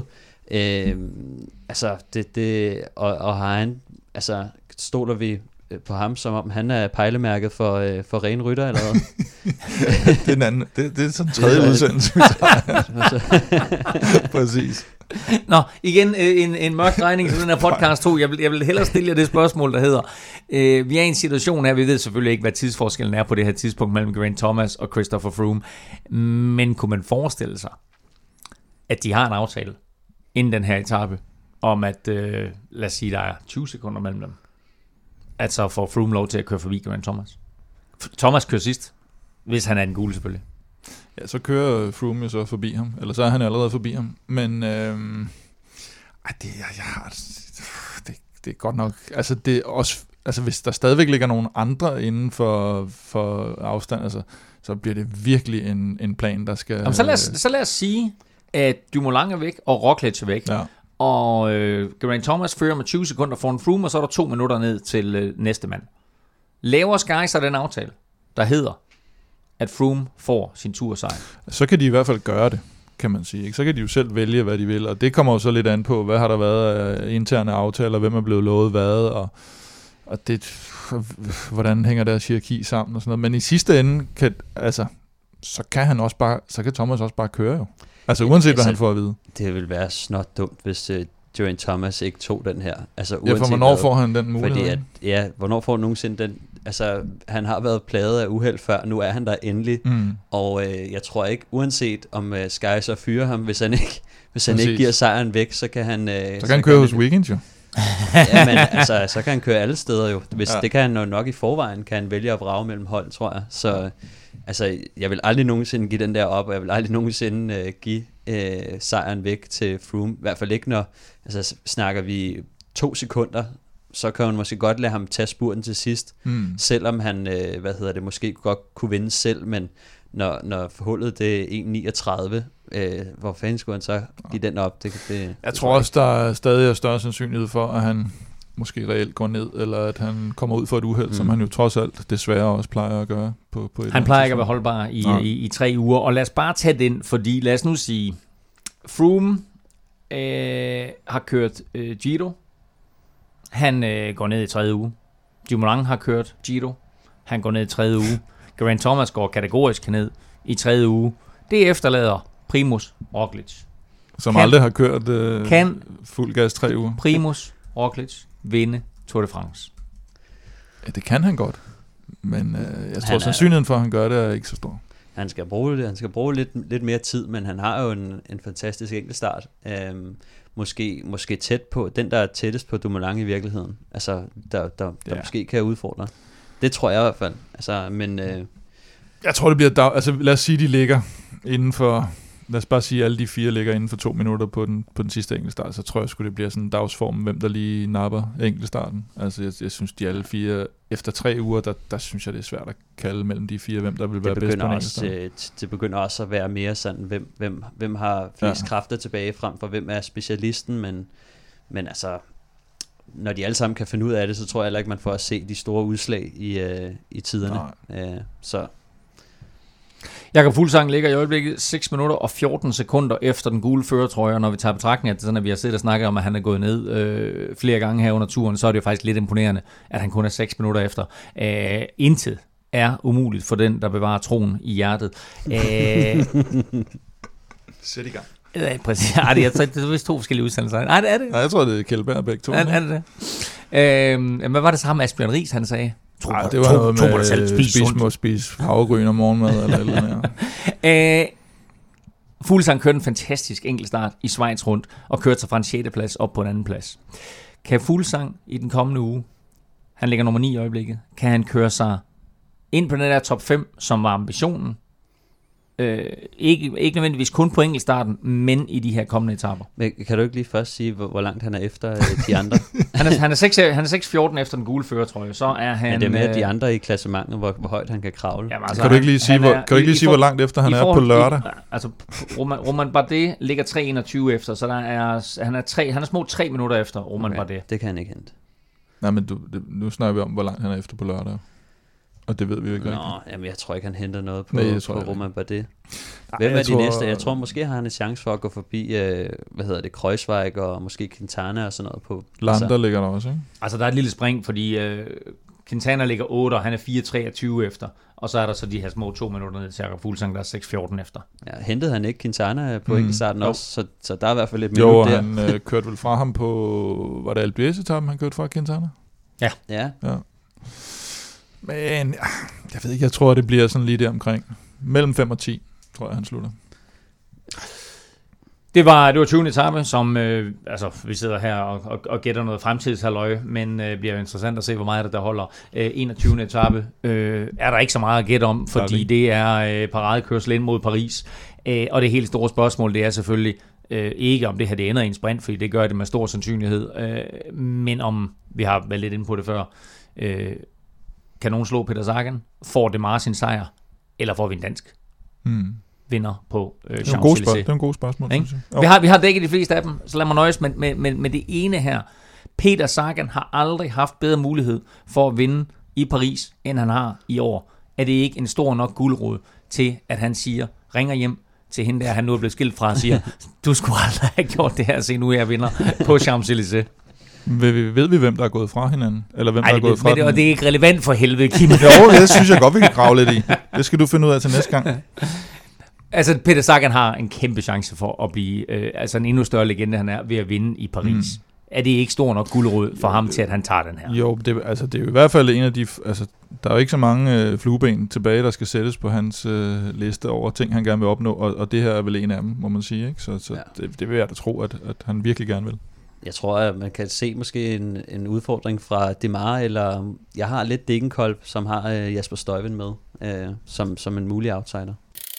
Altså, og har han, altså, stoler vi på ham, som om han er pejlemærket for ren rytter, eller hvad? Det er en anden, det er sådan en tredje udsendelse. Præcis. Nå, igen en mørk drejning til den her podcast 2. Jeg vil hellere stille jer det spørgsmål, der hedder, vi er i en situation her, vi ved selvfølgelig ikke, hvad tidsforskellen er på det her tidspunkt mellem Geraint Thomas og Christopher Froome, men kunne man forestille sig, at de har en aftale inden den her etape, om at, lad os sige, der er 20 sekunder mellem dem, altså får Froome lov til at køre forbi Geraint Thomas. Thomas kører sidst, hvis han er den gule selvfølgelig. Ja, så kører Froome jo så forbi ham, eller så er han allerede forbi ham, men det er godt nok, altså det er også, altså hvis der stadigvæk ligger nogen andre inden for afstand, altså, så bliver det virkelig en plan, der skal... Jamen, så lad os sige, at Dumoulin er væk, og Roglic er væk, og Geraint Thomas fører med 20 sekunder foran Froome, og så er der 2 minutter ned til næste mand. Laver Sky så den aftale, der hedder, at Froome får sin tursejr? Så kan de i hvert fald gøre det. kan man sige. Ikke? Så kan de jo selv vælge, hvad de vil, og det kommer jo så lidt an på, hvad har der været af interne aftaler, hvem er blevet lovet hvad, og det, hvordan hænger deres hierarki sammen og sådan noget. Men i sidste ende, så kan Thomas også bare køre jo. Altså uanset hvad han får at vide. Det vil være snot dumt, hvis Geraint Thomas ikke tog den her. Altså, for hvornår får han den mulighed? Fordi hvornår får han nogensinde den? Altså, han har været plaget af uheld før, nu er han der endelig. Og jeg tror ikke, uanset om Sky så fyrer ham, hvis han ikke giver sejren væk, så kan han... så kan han køre hos Weekend jo. Ja, men altså, så kan han køre alle steder jo. Det kan han nok i forvejen, kan han vælge at vrage mellem hold, tror jeg. Så altså, jeg vil aldrig nogensinde give den der op, og jeg vil aldrig nogensinde give sejren væk til Froome. I hvert fald ikke, når snakker vi 2 sekunder, så kan man måske godt lade ham tage spurten til sidst, selvom han, måske godt kunne vinde selv, men når forholdet det er 1.39, hvor fanden skulle han så give den op? Jeg tror også, der er stadig større sandsynlighed for, at han måske reelt går ned, eller at han kommer ud for et uheld, som han jo trods alt desværre også plejer at gøre. Han plejer ikke at være holdbar i 3 uger, og lad os bare tage den, fordi lad os nu sige, Froome har kørt Giro, han går ned i 3. uge. Dumoulin har kørt Giro, han går ned i 3. uge. Geraint Thomas går kategorisk ned i 3. uge. Det efterlader Primož Roglič. Som aldrig har kørt fuld gas 3 uger. Primož Roglič vinde Tour de France. Ja, det kan han godt. Men jeg tror, sandsynligheden for, at han gør det, er ikke så stor. Han skal bruge det. Han skal bruge lidt mere tid, men han har jo en fantastisk enkeltstart. Måske tæt på, den der er tættest på Dumoulin i virkeligheden. Altså, der måske kan udfordre. Det tror jeg i hvert fald. Altså, men... Jeg tror, det bliver... lad os sige, de ligger inden for... Lad os bare sige, at alle de 4 ligger inden for 2 minutter på den sidste enkeltstart. Så tror jeg sgu, det bliver sådan en dagsform, hvem der lige napper enkeltstarten. Altså, jeg synes, de alle 4... Efter 3 uger, der synes jeg, det er svært at kalde mellem de 4, hvem der vil være bedst på en enkeltstart. Det begynder også at være mere sådan, hvem har flest kræfter tilbage, frem for hvem er specialisten. Men altså... Når de alle sammen kan finde ud af det, så tror jeg heller ikke, man får at se de store udslag i tiderne. Så... Jakob Fuglsang ligger i øjeblikket 6 minutter og 14 sekunder efter den gule førertrøje, og når vi tager betragtning, at sådan, at vi har siddet og snakket om, at han er gået ned flere gange her under turen, så er det jo faktisk lidt imponerende, at han kun er 6 minutter efter. Intet er umuligt for den, der bevarer troen i hjertet. Sæt i gang. Ja, præcis. Det er vist 2 forskellige udsendelser. Nej, det er det. Nej, jeg tror, det er Kjeldberg og begge 2. Er det det? Hvad var det samme Asbjørn Riis, han sagde? Det var noget med spise havregryn om morgenmad eller noget. Fuglsang kørte en fantastisk enkeltstart i Schweiz rundt og kørte sig fra en 6. plads op på en 2. plads. Kan Fuglsang i den kommende uge, han ligger nummer 9 i øjeblikket, kan han køre sig ind på den der top 5, som var ambitionen? Ikke nødvendigvis kun på enkeltstarten, men i de her kommende etaper. Men kan du ikke lige først sige, hvor langt han er efter de andre? han er 6-14 efter den gule førertrøje, så er han... Men det er med de andre i klassementet, hvor højt han kan kravle. Jamen, altså, kan du ikke lige sige, hvor langt efter han er på lørdag? Altså, Romain Bardet ligger 3:21 efter, så han er små 3 minutter efter Romain Bardet. Det kan han ikke hente. Nej, men nu snakker vi om, hvor langt han er efter på lørdag. Og det ved vi jo ikke rigtigt. Jamen jeg tror ikke, han henter noget på Romain Bardet. Hvem er de næste? Jeg tror måske har han en chance for at gå forbi, Kreuzweig og måske Quintana og sådan noget på. Lander ligger der også, ikke? Altså der er et lille spring, fordi Quintana ligger 8, og han er 4:23 efter. Og så er der så de her små 2 minutter ned til Jakob Fuglsang, der er 6:14 efter. Ja, hentede han ikke Quintana på enkeltstarten også, så der er i hvert fald lidt minut der. Jo, han kørte vel fra ham på, var det Alpe d'Huez-etappen, han kørte fra Quintana? Ja. Men jeg ved ikke, jeg tror, det bliver sådan lige der omkring. Mellem 5 og 10, tror jeg, han slutter. Det var 20. etape, som vi sidder her og gætter noget fremtidshalløj, men bliver jo interessant at se, hvor meget der holder. 21. etape er der ikke så meget at gætte om, fordi det er paradekørsel ind mod Paris. Og det helt store spørgsmål, det er selvfølgelig ikke om det her det ender i en sprint, fordi det gør det med stor sandsynlighed, men om, vi har været lidt inde på det før, kan nogen slå Peter Sagan? Får det Martin sejr? Eller får vi en dansk vinder på Champs-Élysées? Det er en god spørgsmål. Vi har dækket de fleste af dem, så lad mig nøjes med det ene her. Peter Sagan har aldrig haft bedre mulighed for at vinde i Paris, end han har i år. Er det ikke en stor nok guldråd til, at han siger, ringer hjem, til hende der, han nu er blevet skilt fra, og siger, du skulle aldrig have gjort det her, se nu jeg vinder på Champs-Élysées. Ved vi, hvem der er gået fra hinanden? Eller hvem der er gået fra det, og det er ikke relevant for helvede, Kim. Jo, det synes jeg godt, vi kan grave lidt i. Det skal du finde ud af til næste gang. Altså, Peter Sagan har en kæmpe chance for at blive en endnu større legende, han er ved at vinde i Paris. Er det ikke stor nok guldråd for ham til, at han tager den her? Jo, det er jo i hvert fald en af de... Altså, der er jo ikke så mange flueben tilbage, der skal sættes på hans liste over ting, han gerne vil opnå, og det her er vel en af dem, må man sige. Ikke? Så ja. det vil jeg da tro, at han virkelig gerne vil. Jeg tror, at man kan se måske en udfordring fra Demar, eller jeg har lidt Degenkolb, som har Jasper Stuyven med, som en mulig outsider.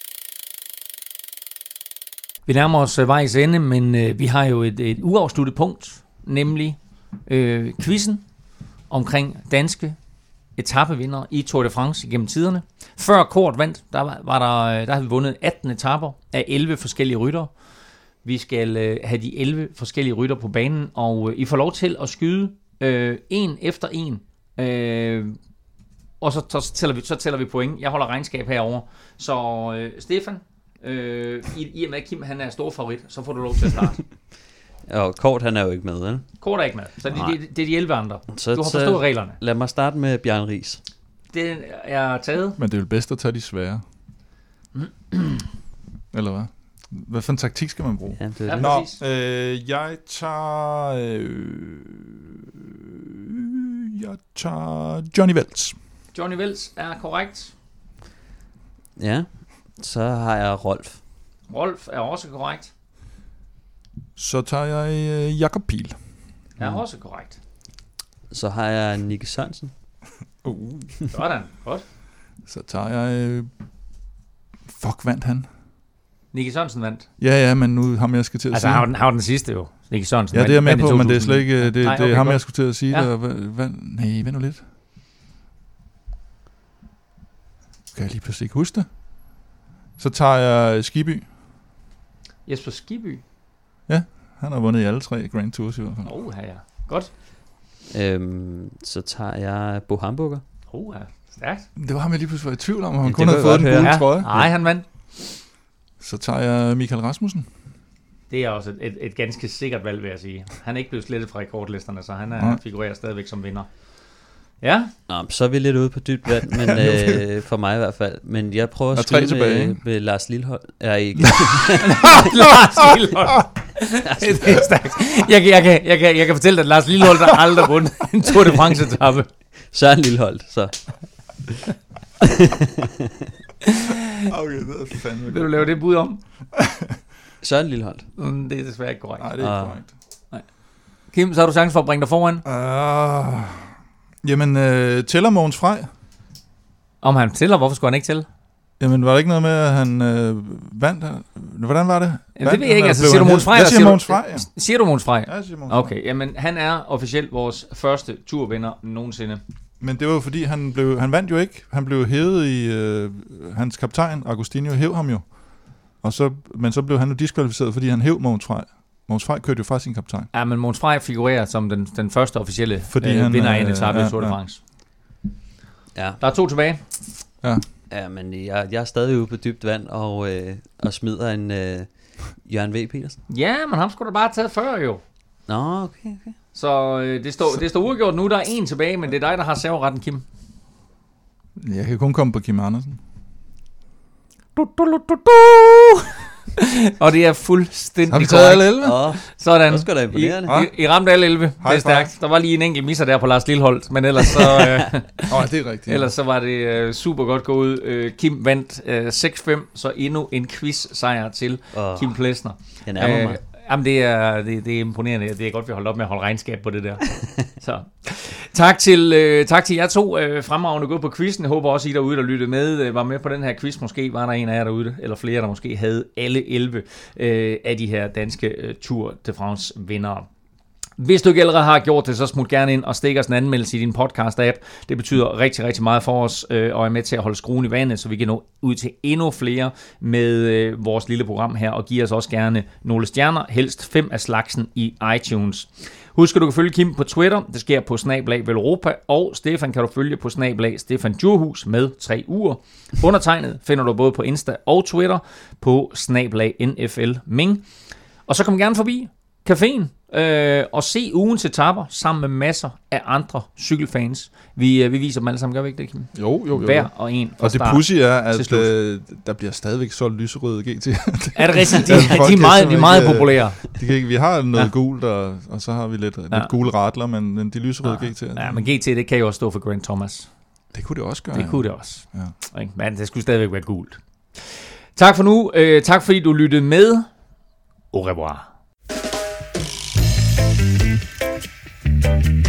Vi nærmer os vejs ende, men vi har jo et uafsluttet punkt, nemlig quizzen omkring danske etapevindere i Tour de France igennem tiderne. Før Kort vandt, der havde vi vundet 18 etaper af 11 forskellige ryttere. Vi skal have de 11 forskellige rytter på banen, og I får lov til at skyde en efter en. Og så tæller vi point. Jeg holder regnskab herover. Så Stefan, i og med Kim han er stor favorit, så får du lov til at starte. Og Kort han er jo ikke med, eller? Kort er ikke med, så det er de 11 andre. Du har forstået reglerne. Lad mig starte med Bjarne Riis. Det er taget. Men det er jo bedst at tage de svære. Eller hvad? Hvad for en taktik skal man bruge? Ja, det er det. Nå, jeg tager Johnny Welts. Johnny Welts er korrekt. Ja, så har jeg Rolf. Rolf er også korrekt. Så tager jeg Jakob Pihl. Er også korrekt. Så har jeg Nicky Sørensen. Sådan, godt. Så tager jeg... vandt han? Nicky Sørensen vandt. Ja, men nu ham jeg skal til at sige. Altså, han har den sidste jo. Nicky Sørensen. Ja, det er jeg med på, men det er slet ikke... Det er ham, jeg skulle til at sige. Ja. Vent nu lidt. Kan jeg lige pludselig ikke huske det? Så tager jeg Skibby. Jesper Skibby? Ja, han har vundet i alle 3 Grand Tours i hvert fald. Ja. Godt. Så tager jeg Bo Hamburger. Ja, stærkt. Det var ham, jeg lige pludselig var i tvivl om han kun havde fået den gule trøje. Nej, han vandt. Så tager jeg Michael Rasmussen. Det er også et ganske sikkert valg, vil jeg sige. Han er ikke blevet slettet fra rekordlisterne, så han figurerer stadigvæk som vinder. Ja. Nå, så er vi lidt ude på dybt vand, men for mig i hvert fald. Men jeg prøver at skyde med Lars Lilholt. Ikke. Lars Lilholt. Det er stærkt. Jeg kan fortælle dig, at Lars Lilholt har aldrig vundet en Tour de France-etappe. Søren Lilholt, så. Okay, det er fandme. Vil du lave det bud om? Søren Lilholt. Det er desværre ikke korrekt. Nej, det er ikke korrekt. Nej. Kim, så har du chance for at bringe dig foran. Jamen, tæller Mogens Frey? Om han tæller, hvorfor skulle han ikke tælle? Jamen, var det ikke noget med, at han vandt? Hvordan var det? Det ved jeg ikke. Altså, siger du Mogens Frey? Jeg siger Mogens Frey, ja. Siger du Mogens Frey? Ja, jeg siger Mogens Frey. Okay, jamen han er officielt vores første turvinder nogensinde. Men det var jo fordi, han vandt jo ikke. Han blev hævet i... hans kaptajn, Agostinho, hæv ham jo. Men så blev han jo diskvalificeret, fordi han hæv Mogens Frey. Mogens Frey kørte jo fra sin kaptajn. Ja, men Mogens Frey figurerer som den første officielle vinder af en etape i Tour de France. Ja. Der er 2 tilbage. Ja, men jeg er stadig ude på dybt vand og smider en Jørgen V. Petersen. Ja, men ham skulle da bare have taget før jo. Nå, okay. Så det står uafgjort nu. Der er 1 tilbage, men det er dig, der har serveretten, Kim. Jeg kan kun komme på Kim Andersen. Og det er fuldstændig har vi taget alle 11? Sådan. Det skal da imponerende. I ramte alle 11. Det er stærkt. Der var lige en enkelt misser der på Lars Lilholt, men ellers så... det er rigtigt. Ellers så var det super godt gået. Kim vandt 6-5, så endnu en quiz-sejr til Kim Plesner. Jeg nærmer mig. Jamen, det er imponerende. Det er godt, vi holdt op med at holde regnskab på det der. Så. Tak til jer 2 fremragende gået på quizzen. Jeg håber også, I derude, der lyttede med, var med på den her quiz. Måske var der en af jer derude, eller flere, der måske havde alle 11 af de her danske Tour de France vindere. Hvis du ikke allerede har gjort det, så smut gerne ind og stik os en anmeldelse i din podcast-app. Det betyder rigtig, rigtig meget for os, og er med til at holde skruen i vandet, så vi kan nå ud til endnu flere med vores lille program her, og give os også gerne nogle stjerner, helst 5 af slagsen i iTunes. Husk, at du kan følge Kim på Twitter. Det sker på @veleuropa, og Stefan kan du følge på @Stefan Djurhus med 3 uger. Undertegnet finder du både på Insta og Twitter på @NFLming. Og så kom gerne forbi caféen og se ugens etaper sammen med masser af andre cykelfans. Vi viser dem alle sammen, gør vi ikke det, Kim? Jo. Hver og en. Og det pudsy er, at der bliver stadigvæk solgt lyserøde GT. Er det rigtigt? De er meget populære. Vi har noget gult, og så har vi lidt gule ratler, men de lyserøde GT. Ja, men GT, det kan jo også stå for Grant Thomas. Det kunne det også gøre. Det kunne det også. Ja. Men det skulle stadigvæk være gult. Tak for nu. Tak fordi du lyttede med. Au revoir.